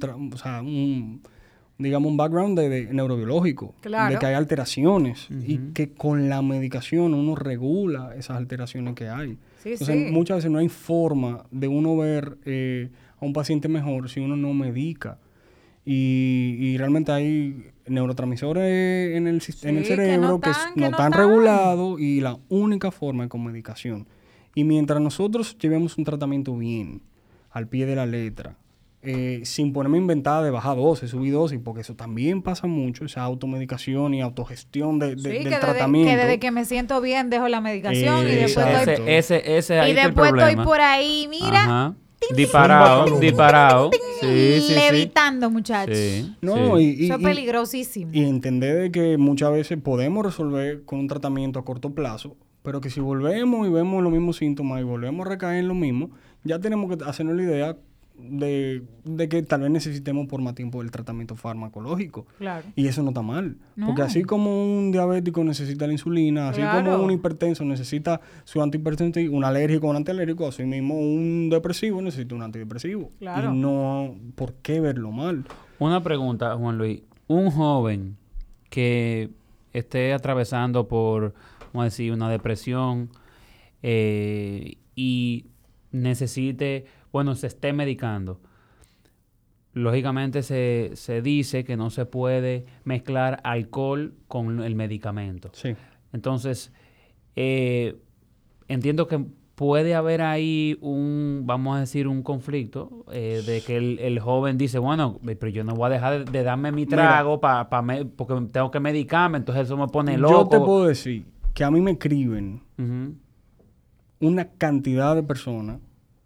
background de neurobiológico, de que hay alteraciones y que con la medicación uno regula esas alteraciones que hay. Entonces, muchas veces no hay forma de uno ver a un paciente mejor si uno no medica. Y realmente hay neurotransmisores en el cerebro que no están regulados, y la única forma es con medicación. Y mientras nosotros llevemos un tratamiento bien, al pie de la letra, sin ponerme inventada de bajar dosis, subir dosis, porque eso también pasa mucho, esa automedicación y autogestión del tratamiento. Que desde que me siento bien dejo la medicación y después estoy por ahí, mira. Ajá. Disparado. Levitando, muchachos. Eso es peligrosísimo. Y entender de que muchas veces podemos resolver con un tratamiento a corto plazo, pero que si volvemos y vemos los mismos síntomas y volvemos a recaer en lo mismo, ya tenemos que hacernos la idea de que tal vez necesitemos por más tiempo el tratamiento farmacológico. Claro. Y eso no está mal. No. Porque así como un diabético necesita la insulina, así Claro. como un hipertenso necesita su antihipertensivo, un alérgico, un antialérgico, así mismo un depresivo necesita un antidepresivo. Claro. Y no, ¿por qué verlo mal? Una pregunta, Juan Luis. Un joven que esté atravesando por, vamos a decir, una depresión y necesite, bueno, se esté medicando. Lógicamente se dice que no se puede mezclar alcohol con el medicamento. Sí. Entonces, entiendo que puede haber ahí vamos a decir, un conflicto de que el joven dice, bueno, pero yo no voy a dejar de darme mi trago porque tengo que medicarme, entonces eso me pone loco. Yo te puedo decir que a mí me escriben Ujú. una cantidad de personas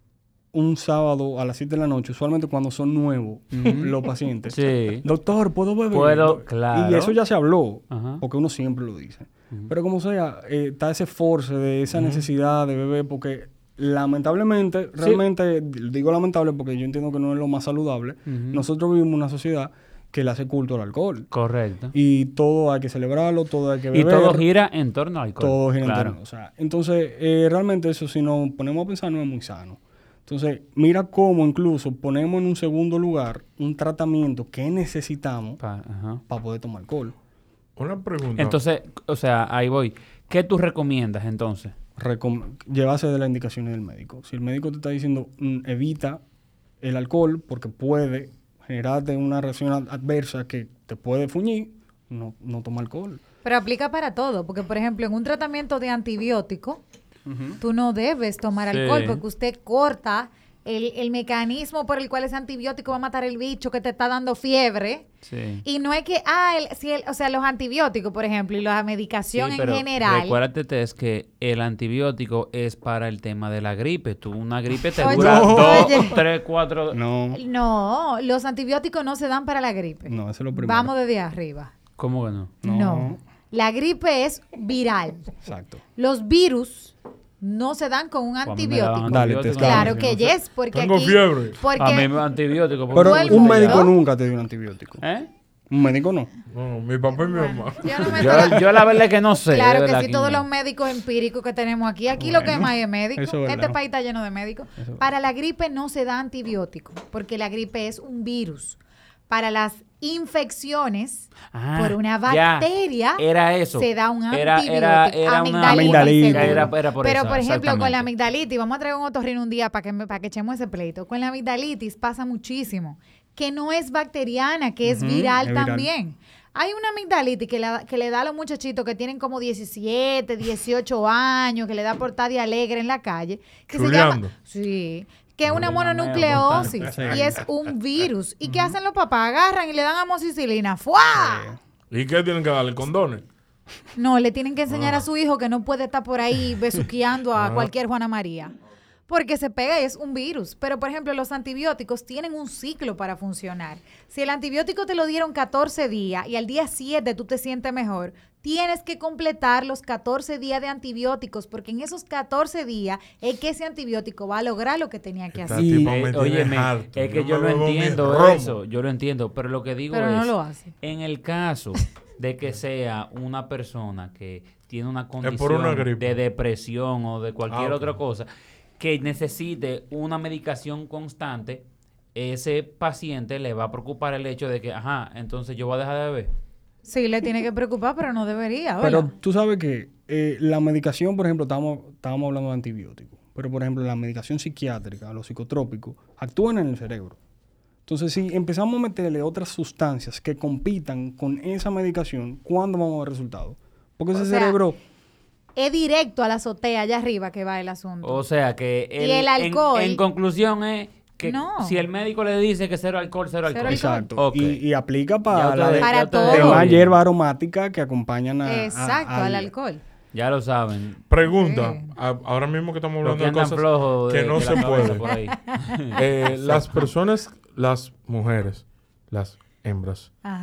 un sábado a las 7 de la noche, usualmente cuando son nuevos los pacientes. Sí. Doctor, ¿puedo beber? Claro. Y eso ya se habló, Ajá. porque uno siempre lo dice. Pero como sea, está ese force de esa necesidad de beber, porque lamentablemente, realmente, digo lamentable porque yo entiendo que no es lo más saludable, nosotros vivimos en una sociedad que le hace culto al alcohol. Correcto. Y todo hay que celebrarlo, todo hay que Y beber. todo gira en torno al alcohol. Todo gira en Claro. torno. O sea, entonces, realmente eso, si nos ponemos a pensar, no es muy sano. Entonces, mira cómo incluso ponemos en un segundo lugar un tratamiento que necesitamos Ajá. para poder tomar alcohol. Una pregunta. Entonces, o sea, ahí voy. ¿Qué tú recomiendas entonces? Llevarse de las indicaciones del médico. Si el médico te está diciendo evita el alcohol porque puede generarte una reacción adversa que te puede fuñir, no toma alcohol. Pero aplica para todo, porque por ejemplo, en un tratamiento de antibiótico, tú no debes tomar Sí. alcohol porque usted corta el mecanismo por el cual ese antibiótico va a matar el bicho que te está dando fiebre. Sí. Y no es que, o sea, los antibióticos, por ejemplo, y la medicación Sí, en pero general. recuérdate es que el antibiótico es para el tema de la gripe. Tú una gripe te Oye, dura oye. 2, 3, 4... No, No, los antibióticos no se dan para la gripe. no, eso es lo primero. Vamos desde arriba. ¿Cómo que no? No. La gripe es viral. Exacto. Los virus no se dan con un Pues a mí me daban antibiótico. Dale, antibióticos, Claro no que sé. yes, porque Tengo aquí... fiebre. Porque A mí me antibiótico. Pero Todo el un mundo. médico nunca te dio un antibiótico. ¿Eh? Un médico no. No, mi papá y mi mamá. yo no me Yo la verdad es que no sé. Claro de que verdad sí, todos no. los médicos empíricos que tenemos aquí. Aquí lo que más es médico. eso es Este verdad. país está lleno de médicos. Eso es Para la gripe no se da antibiótico, porque la gripe es un virus. Para las infecciones Ah, por una ya. bacteria Era eso. se da un Era antibiótico. una amigdalitis. seguro. Era por Pero, eso, por ejemplo, con la exactamente. amigdalitis, vamos a traer un otorrino un día para que echemos ese pleito. Con la amigdalitis pasa muchísimo, que no es bacteriana, que es viral es viral. también. Hay una amigdalitis que le da a los muchachitos que tienen como 17, 18 años, que le da por estar de alegre en la calle, que se Chuleando. llama... Sí. Que es una Una mononucleosis montaña. y es un virus. ¿Y qué hacen los papás? Agarran y le dan amoxicilina. ¡Fua! ¿Y qué tienen que darle? ¿Condones? No, le tienen que enseñar a su hijo que no puede estar por ahí besuqueando a cualquier Juana María. Porque se pega y es un virus. Pero, por ejemplo, los antibióticos tienen un ciclo para funcionar. Si el antibiótico te lo dieron 14 días y al día 7 tú te sientes mejor, tienes que completar los 14 días de antibióticos, porque en esos 14 días es que ese antibiótico va a lograr lo que tenía que Esta hacer. Y- tipa me tiene Óyeme, harto. es que yo me lo bebo mi entiendo romo. eso, yo lo entiendo, pero lo que digo Pero es, no lo hace. en el caso de que sea una persona que tiene una por una condición gripe. de depresión o de cualquier Ah, ok. otra cosa, que necesite una medicación constante, ese paciente le va a preocupar el hecho de que, ajá, entonces yo voy a dejar de beber. Sí, le tiene que preocupar, pero no debería. ¿verdad? Pero tú sabes que la medicación, por ejemplo, estábamos hablando de antibióticos, pero por ejemplo la medicación psiquiátrica, los psicotrópicos, actúan en el cerebro. Entonces, si empezamos a meterle otras sustancias que compitan con esa medicación, ¿cuándo vamos a ver resultados? Porque ese O sea, cerebro... es directo a la azotea allá arriba que va el asunto. O sea que el alcohol- en conclusión es que No. si el médico le dice que cero alcohol, cero alcohol. alcohol. Exacto. Ok. Y aplica Ya para ustedes- Para ya ustedes todo. lo demás oyen. hierbas aromáticas que acompañan Exacto, al alcohol. Ya lo saben. Pregunta. Sí. Ahora mismo que estamos Los hablando que de andan cosas flojos que no de se la cabeza puede. por ahí. Las personas, las mujeres, las hembras, Ajá.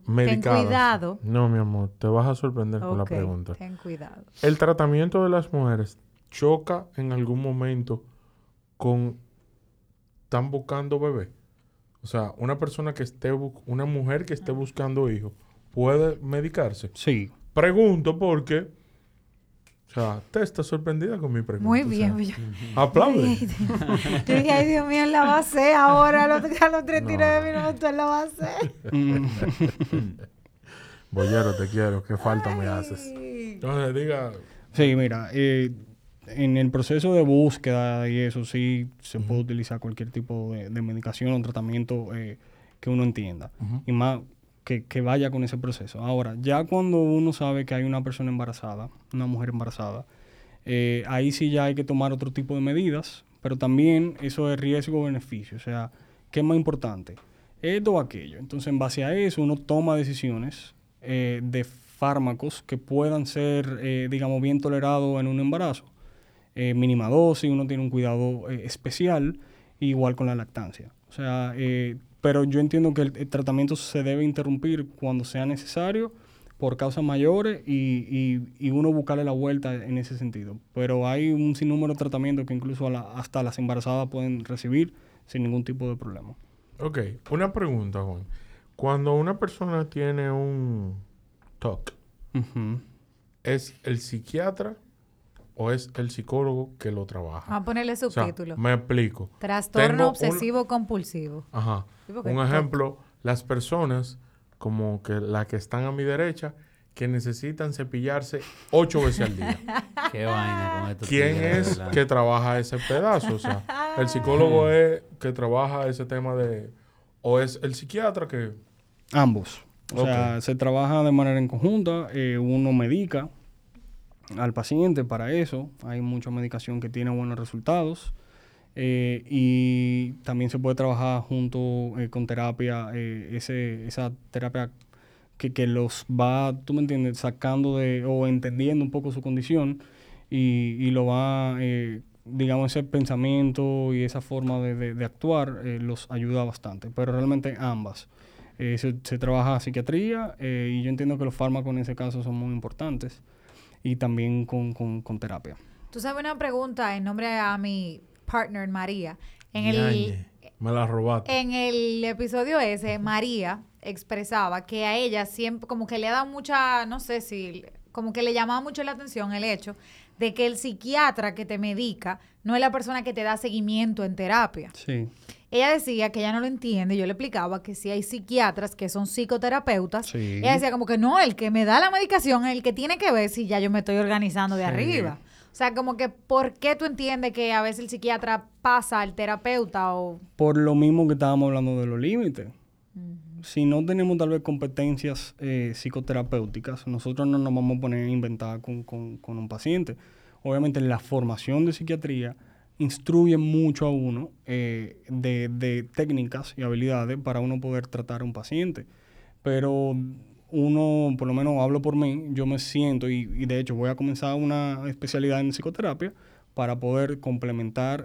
medicadas. Ten cuidado. No, mi amor, te vas a sorprender con la Ok, pregunta. ten cuidado. ¿El tratamiento de las mujeres choca en algún momento con están buscando bebé? O sea, una persona que esté una mujer que esté buscando hijos puede medicarse. Sí. Pregunto porque, o sea, te estás sorprendida con mi pregunta. Muy o bien. sea, aplaude. Yo dije, ay, Dios mío, él la va a hacer ahora. A los 39 minutos él la va a hacer. Bollero, te quiero. Qué falta me haces. Entonces, diga... Sí, mira, en el proceso de búsqueda y eso sí se puede utilizar cualquier tipo de medicación o tratamiento que uno entienda. Y más que vaya con ese proceso. Ahora, ya cuando uno sabe que hay una persona embarazada, una mujer embarazada, ahí sí ya hay que tomar otro tipo de medidas, pero también eso es riesgo-beneficio. O sea, ¿qué es más importante? Esto o aquello. Entonces, en base a eso, uno toma decisiones de fármacos que puedan ser, digamos, bien tolerados en un embarazo. Mínima dosis, uno tiene un cuidado especial, igual con la lactancia. O sea, pero yo entiendo que el tratamiento se debe interrumpir cuando sea necesario por causas mayores y uno buscarle la vuelta en ese sentido. Pero hay un sinnúmero de tratamientos que incluso hasta las embarazadas pueden recibir sin ningún tipo de problema. Ok, una pregunta, Juan. Cuando una persona tiene un TOC, ¿es el psiquiatra o es el psicólogo que lo trabaja? Vamos a ponerle O sea, subtítulo. me explico. Trastorno Tengo obsesivo compulsivo. Ajá. Sí, porque Un TOC. ejemplo, las personas como que las que están a mi derecha que necesitan cepillarse 8 veces al día. Qué vaina con esto. ¿Quién es que trabaja ese pedazo? O sea, el psicólogo es que trabaja ese tema de... ¿O es el psiquiatra que...? Ambos. O sea, se trabaja de manera en conjunta. Uno medica al paciente para eso. Hay mucha medicación que tiene buenos resultados. Y también se puede trabajar junto con terapia, esa terapia que los va, tú me entiendes, sacando o entendiendo un poco su condición y lo va, digamos, ese pensamiento y esa forma de actuar los ayuda bastante. Pero realmente ambas. Se trabaja psiquiatría y yo entiendo que los fármacos en ese caso son muy importantes y también con terapia. Tú sabes una pregunta en nombre a mi partner María. Me la robaste. En el episodio ese, María expresaba que a ella siempre, como que le da mucha, no sé si, como que le llamaba mucho la atención el hecho de que el psiquiatra que te medica no es la persona que te da seguimiento en terapia. Sí. Ella decía que ella no lo entiende, yo le explicaba que si hay psiquiatras que son psicoterapeutas, Sí. ella decía como que no, el que me da la medicación es el que tiene que ver si ya yo me estoy organizando de arriba. O sea, como que, ¿por qué tú entiendes que a veces el psiquiatra pasa al terapeuta o...? Por lo mismo que estábamos hablando de los límites. Si no tenemos tal vez competencias psicoterapéuticas, nosotros no nos vamos a poner a inventar con un paciente. Obviamente la formación de psiquiatría instruye mucho a uno de técnicas y habilidades para uno poder tratar a un paciente. Pero uno, por lo menos hablo por mí, yo me siento y de hecho voy a comenzar una especialidad en psicoterapia para poder complementar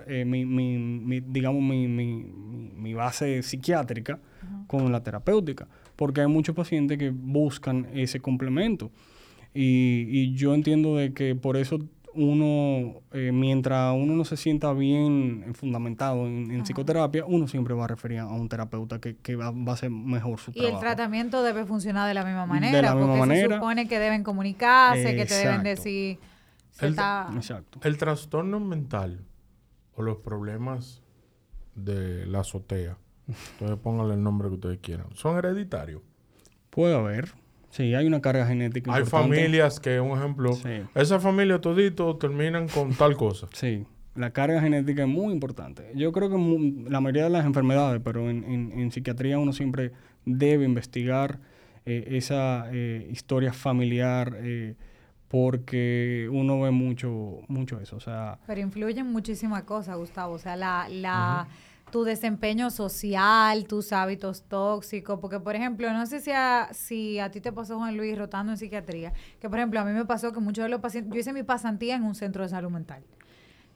mi base psiquiátrica con la terapéutica, porque hay muchos pacientes que buscan ese complemento y yo entiendo de que por eso uno, mientras uno no se sienta bien fundamentado en psicoterapia, uno siempre va a referir a un terapeuta que va a hacer mejor su trabajo. Y el tratamiento debe funcionar de la misma manera, De la misma porque manera. se supone que deben comunicarse, que te deben Exacto. decir... Exacto. El trastorno mental o los problemas de la azotea, entonces pónganle el nombre que ustedes quieran, ¿son hereditarios? Puede haber. Sí, hay una carga genética Hay importante. familias que, un ejemplo, Sí. esa familia todito terminan con tal cosa. Sí, la carga genética es muy importante. Yo creo que la mayoría de las enfermedades, pero en psiquiatría uno siempre debe investigar esa historia familiar porque uno ve mucho eso. O sea, Pero influyen muchísimas cosas, Gustavo. O sea, tu desempeño social, tus hábitos tóxicos. Porque, por ejemplo, no sé si a ti te pasó, Juan Luis, rotando en psiquiatría, que, por ejemplo, a mí me pasó que muchos de los pacientes... Yo hice mi pasantía en un centro de salud mental.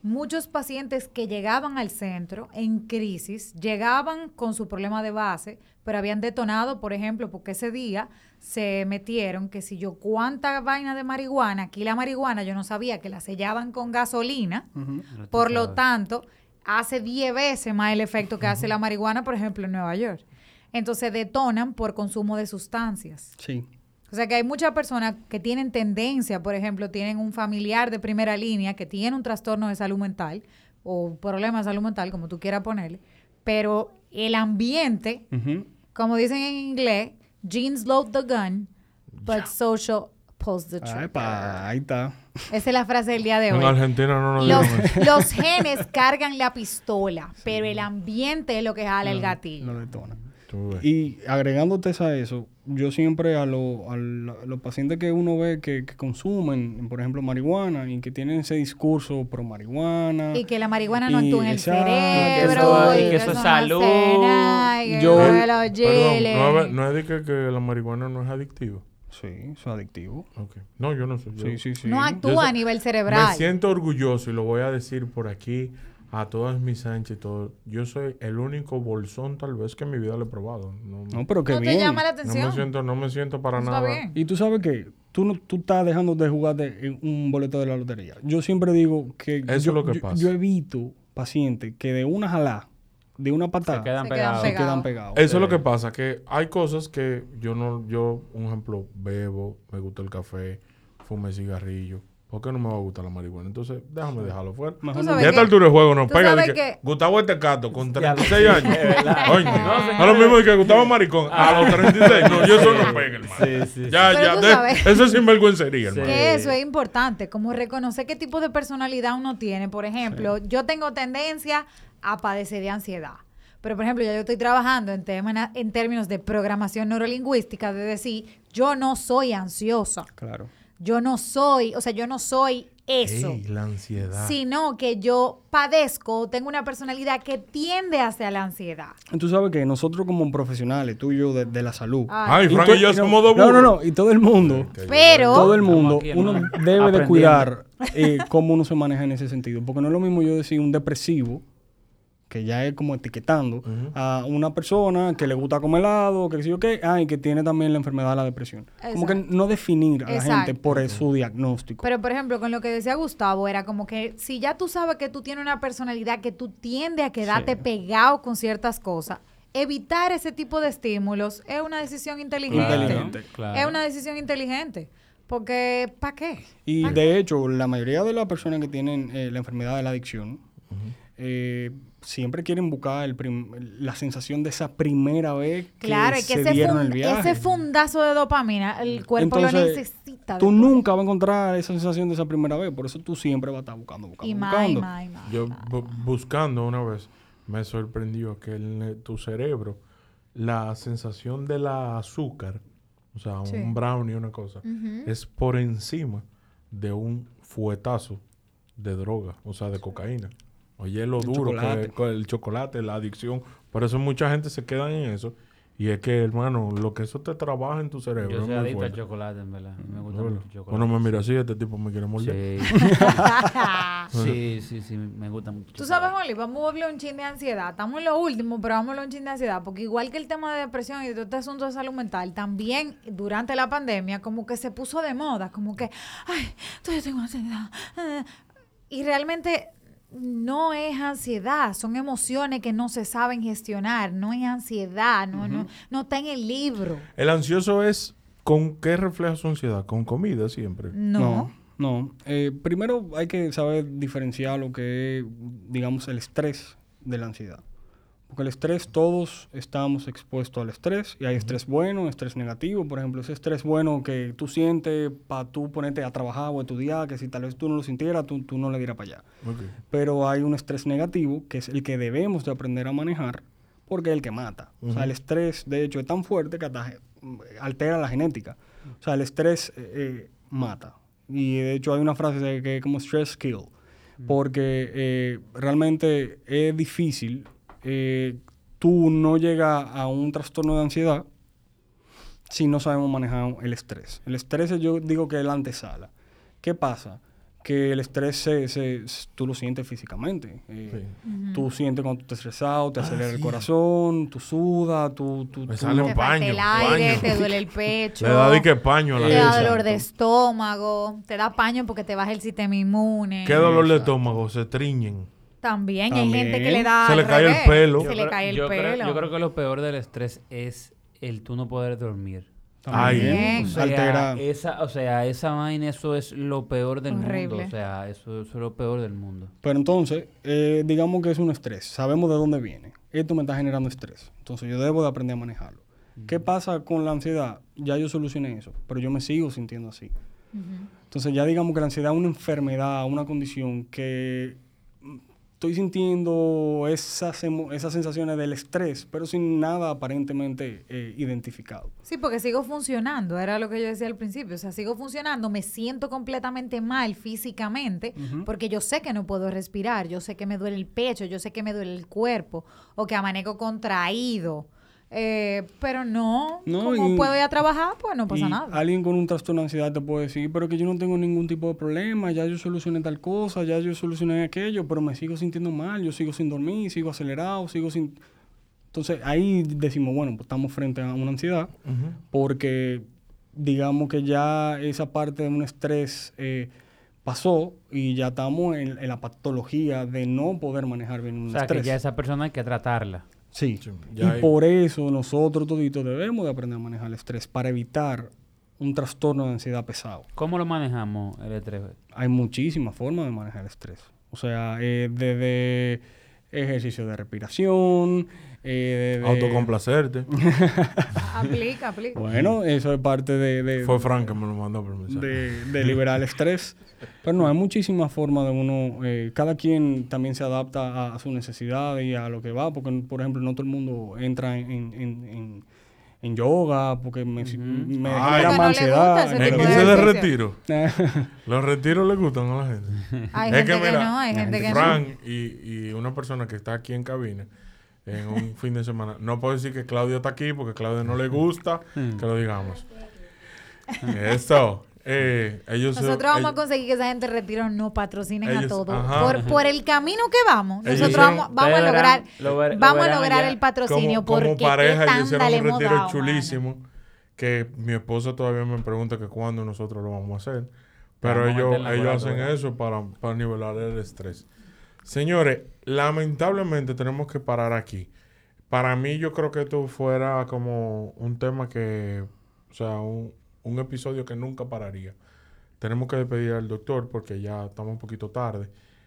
muchos pacientes que llegaban al centro en crisis, llegaban con su problema de base, pero habían detonado, por ejemplo, porque ese día se metieron, que si yo cuánta vaina de marihuana, aquí la marihuana yo no sabía que la sellaban con gasolina, por lo tanto, hace 10 veces más el efecto que hace la marihuana, por ejemplo, en Nueva York. Entonces detonan por consumo de sustancias. Sí. O sea que hay muchas personas que tienen tendencia, por ejemplo, tienen un familiar de primera línea que tiene un trastorno de salud mental o problema de salud mental, como tú quieras ponerle, pero el ambiente, como dicen en inglés, genes load the gun, but social pulls the trigger. Ahí está. Esa es la frase del día de hoy. En Argentina no nos digan eso. Los genes cargan la pistola, pero el ambiente es lo que jala el gatillo. Lo detona. Y agregándote a eso, yo siempre a los pacientes que uno ve que consumen, por ejemplo, marihuana y que tienen ese discurso pro marihuana. Y que la marihuana no actúa en el exacto, cerebro. y que eso es salud. Perdón, no es de que la marihuana no es adictiva. Sí, eso es adictivo. Okay. No, yo no sé. Sí. No actúa a nivel cerebral. Me siento orgulloso y lo voy a decir por aquí a todas mis anchas y todo. Yo soy el único bolsón tal vez que en mi vida lo he probado. No, pero qué ¿No bien. te llama la atención? No me siento para Está nada. bien. Y tú sabes que tú estás dejando de jugarte en un boleto de la lotería. Yo siempre digo que Eso es lo que pasa. Yo evito pacientes que de una jalá, de una patada, Se quedan Se pegados. quedan pegados. Eso es lo que pasa, que hay cosas que un ejemplo, bebo, me gusta el café, fume cigarrillo. ¿Por qué no me va a gustar la marihuana? Entonces, déjame dejarlo fuera. Tú Y sabes a esta que- altura de juego no tú pega de sabes que que- Gustavo Estecato con Ya lo 36 años. es verdad. Coño, No, no es lo mismo de que Gustavo Maricón a los 36. No, yo eso no pega, hermano. Sí. Pero tú sabes- Eso es sinvergüencería, hermano. Que eso es importante, como reconocer qué tipo de personalidad uno tiene. Por ejemplo, yo tengo tendencia a padecer de ansiedad. Pero, por ejemplo, ya yo estoy trabajando en términos de programación neurolingüística, de decir, yo no soy ansiosa. Claro. Yo no soy eso. Ey, la ansiedad. Sino que yo padezco, tengo una personalidad que tiende hacia la ansiedad. Tú sabes que nosotros como profesionales, tú y yo de la salud. Ay, Frank tú- y yo somos dos burros. No. Y todo el mundo. Pero Todo el mundo, Estamos aquí, uno hermano, debe de aprendiendo. cuidar cómo uno se maneja en ese sentido. Porque no es lo mismo yo decir un depresivo, que ya es como etiquetando, a una persona que le gusta comer helado, que sí o qué, y que tiene también la enfermedad de la depresión. Como que Exacto. no definir a la Exacto. gente por su diagnóstico. Pero, por ejemplo, con lo que decía Gustavo, era como que si ya tú sabes que tú tienes una personalidad que tú tiendes a quedarte pegado con ciertas cosas, evitar ese tipo de estímulos es una decisión inteligente. Inteligente. Claro. Es una decisión inteligente. Porque, ¿para qué? Y de hecho, la mayoría de las personas que tienen la enfermedad de la adicción siempre quieren buscar la sensación de esa primera vez que Claro, es que se dieron el viaje. ese fundazo de dopamina, el cuerpo lo Entonces, necesita. Tú después. nunca vas a encontrar esa sensación de esa primera vez. Por eso tú siempre vas a estar buscando. Y más, y buscando. más, y más. Yo buscando una vez me sorprendió que tu cerebro, la sensación de la azúcar, o sea, Sí. un brownie, una cosa, es por encima de un fuetazo de droga, o sea, de cocaína. Oye, lo duro chocolate. que el chocolate, la adicción. Por eso mucha gente se queda en eso. Y es que, hermano, lo que eso te trabaja en tu cerebro Yo es soy muy adicto al fuerte. chocolate, en verdad. Me gusta Bueno, mucho el chocolate. Bueno, me mira así, este tipo me quiere morder. Sí, me gusta mucho. Tú sabes, Oli, vamos a hablar un chin de ansiedad. Estamos en lo último, pero vamos a hablar un chin de ansiedad. Porque igual que el tema de depresión y de todo este asunto de salud mental, también durante la pandemia como que se puso de moda. Como que, ay, yo tengo ansiedad. Y realmente no es ansiedad. Son emociones que no se saben gestionar. No es ansiedad. No está en el libro. El ansioso es, ¿con qué refleja su ansiedad? Con comida siempre. No. No. Primero hay que saber diferenciar lo que es, digamos, el estrés de la ansiedad. Porque el estrés, todos estamos expuestos al estrés. Y hay estrés bueno, estrés negativo. Por ejemplo, ese estrés bueno que tú sientes para tú ponerte a trabajar o a estudiar, que si tal vez tú no lo sintieras, tú no le dieras para allá. Okay. Pero hay un estrés negativo, que es el que debemos de aprender a manejar, porque es el que mata. O sea, el estrés, de hecho, es tan fuerte que hasta altera la genética. O sea, el estrés mata. Y de hecho hay una frase que es como stress kill, porque realmente es difícil tú no llegas a un trastorno de ansiedad si no sabemos manejar el estrés. El estrés, yo digo que es la antesala. ¿Qué pasa? que el estrés tú lo sientes físicamente. Tú sientes cuando tú estás estresado, te acelera el corazón, tú sudas, Me sale un Te falta paño. el aire, paño. te duele el pecho. Le da de que paño a la te da gente. dolor de estómago, te da paño porque te baja el sistema inmune. ¿Qué dolor de estómago? Se triñen. También hay También. gente que le da Se le al cae el revés. pelo. Se le cae el pelo. Yo creo que lo peor del estrés es el tú no poder dormir. También. Altera. Esa vaina, eso es lo peor del Horrible. mundo. O sea, eso es lo peor del mundo. Pero entonces, digamos que es un estrés. Sabemos de dónde viene. Esto me está generando estrés. Entonces yo debo de aprender a manejarlo. ¿Qué pasa con la ansiedad? Ya yo solucioné eso, pero yo me sigo sintiendo así. Entonces ya digamos que la ansiedad es una enfermedad, una condición que estoy sintiendo esas sensaciones del estrés, pero sin nada aparentemente identificado. Sí, porque sigo funcionando, era lo que yo decía al principio, o sea, sigo funcionando, me siento completamente mal físicamente, porque yo sé que no puedo respirar, yo sé que me duele el pecho, yo sé que me duele el cuerpo, o que amanezco contraído, pero no, como puedo ir a trabajar, pues no pasa Y nada. alguien con un trastorno de ansiedad te puede decir, pero que yo no tengo ningún tipo de problema, ya yo solucioné tal cosa, ya yo solucioné aquello, pero me sigo sintiendo mal, yo sigo sin dormir, sigo acelerado, sigo sin... Entonces ahí decimos, bueno, pues estamos frente a una ansiedad, porque digamos que ya esa parte de un estrés pasó y ya estamos en la patología de no poder manejar bien un O sea, estrés. que ya esa persona hay que tratarla. Sí, ya y por eso nosotros toditos debemos de aprender a manejar el estrés para evitar un trastorno de ansiedad pesado. ¿Cómo lo manejamos el estrés? Hay muchísimas formas de manejar el estrés. O sea, desde ejercicio de respiración, Autocomplacerte. Aplica. Bueno, eso es parte Fue Frank que me lo mandó por mensaje. de liberar el estrés. Pero no, hay muchísimas formas de uno... cada quien también se adapta a su necesidad y a lo que va. Porque, por ejemplo, no todo el mundo entra en yoga porque me Porque genera no más le gusta ansiedad. ese En tipo de ese de ejercicio. retiro. Los retiros le gustan a la gente. Hay gente que no, hay gente que no. Frank y una persona que está aquí en cabina en un fin de semana. No puedo decir que Claudia está aquí porque a Claudia no le gusta que lo digamos. Eso. Nosotros vamos a conseguir que esa gente de retiro no patrocinen a ellos- todo. ajá. Por el camino que vamos, Ellos nosotros hicieron- vamos a lograr, vamos a verán lograr allá. el patrocinio porque como pareja qué ellos hicieron tanda le un hemos retiro dado, chulísimo que mi esposa todavía me pregunta que cuándo nosotros lo vamos a hacer. Pero Vamos a meter ellos en la hacen colaboración. eso para nivelar el estrés. Señores, lamentablemente tenemos que parar aquí. Para mí yo creo que esto fuera como un tema que, o sea, un episodio que nunca pararía. Tenemos que despedir al doctor porque ya estamos un poquito tarde.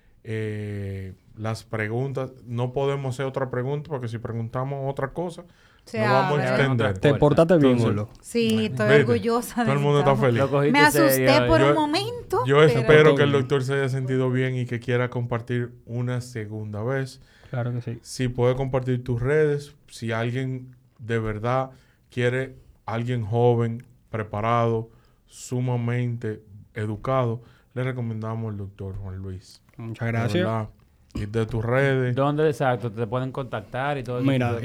Las preguntas, no podemos hacer otra pregunta porque si preguntamos otra cosa, Se no vamos a abre. extender. Te portaste bien, Entonces, Gordo. Sí, estoy Vete, orgullosa de todo el mundo está Gustavo. feliz. Lo cogiste Me asusté serio. por Yo- un momento. Yo pero- espero que el doctor se haya sentido bien y que quiera compartir una segunda vez. Claro que sí. Si puede compartir tus redes, si alguien de verdad quiere, alguien joven, preparado, sumamente educado, le recomendamos al doctor Juan Luis. Muchas De gracias. verdad. Y de tus redes. ¿Dónde exacto? ¿Te pueden contactar y todo eso? Mira,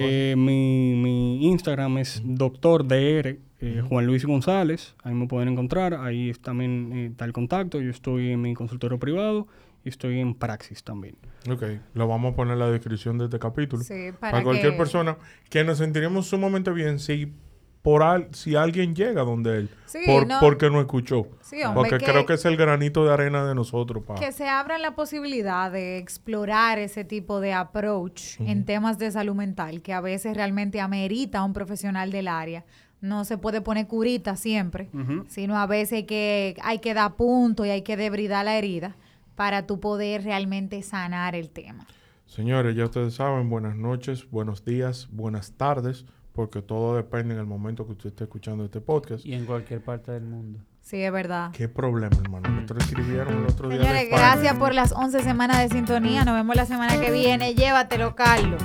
mi Instagram es doctor.dr Juan Luis González. Ahí me pueden encontrar. Ahí también está el contacto. Yo estoy en mi consultorio privado y estoy en Praxis también. Ok, lo vamos a poner en la descripción de este capítulo. Sí, para cualquier persona que nos sentiríamos sumamente bien si si alguien llega donde él Sí, porque no escuchó. Sí, hombre, Porque creo que es el granito de arena de nosotros. Que se abran la posibilidad de explorar ese tipo de approach en temas de salud mental, que a veces realmente amerita a un profesional del área. No se puede poner curita siempre, sino a veces hay que dar punto y hay que debridar la herida para tú poder realmente sanar el tema. Señores, ya ustedes saben, buenas noches, buenos días, buenas tardes, porque todo depende en el momento que usted esté escuchando este podcast. Y en cualquier parte del mundo. Sí, es verdad. ¿Qué problema, hermano? Nosotros escribieron el otro día. Señores, de España. gracias por las 11 semanas de sintonía. Nos vemos la semana que viene. Llévatelo, Carlos.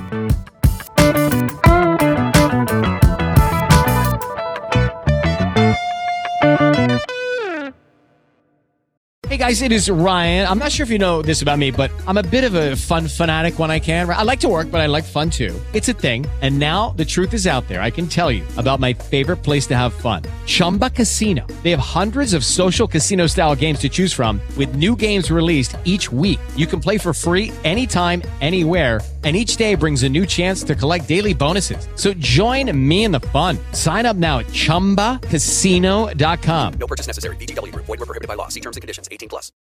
Hey guys, it is Ryan. I'm not sure if you know this about me, but I'm a bit of a fun fanatic when I can. I like to work, but I like fun too. It's a thing. And now the truth is out there. I can tell you about my favorite place to have fun. Chumba Casino. They have hundreds of social casino style games to choose from with new games released each week. You can play for free anytime, anywhere. And each day brings a new chance to collect daily bonuses. So join me in the fun. Sign up now at ChumbaCasino.com. No purchase necessary. VGW Group. Void where prohibited by law. See terms and conditions. 18+.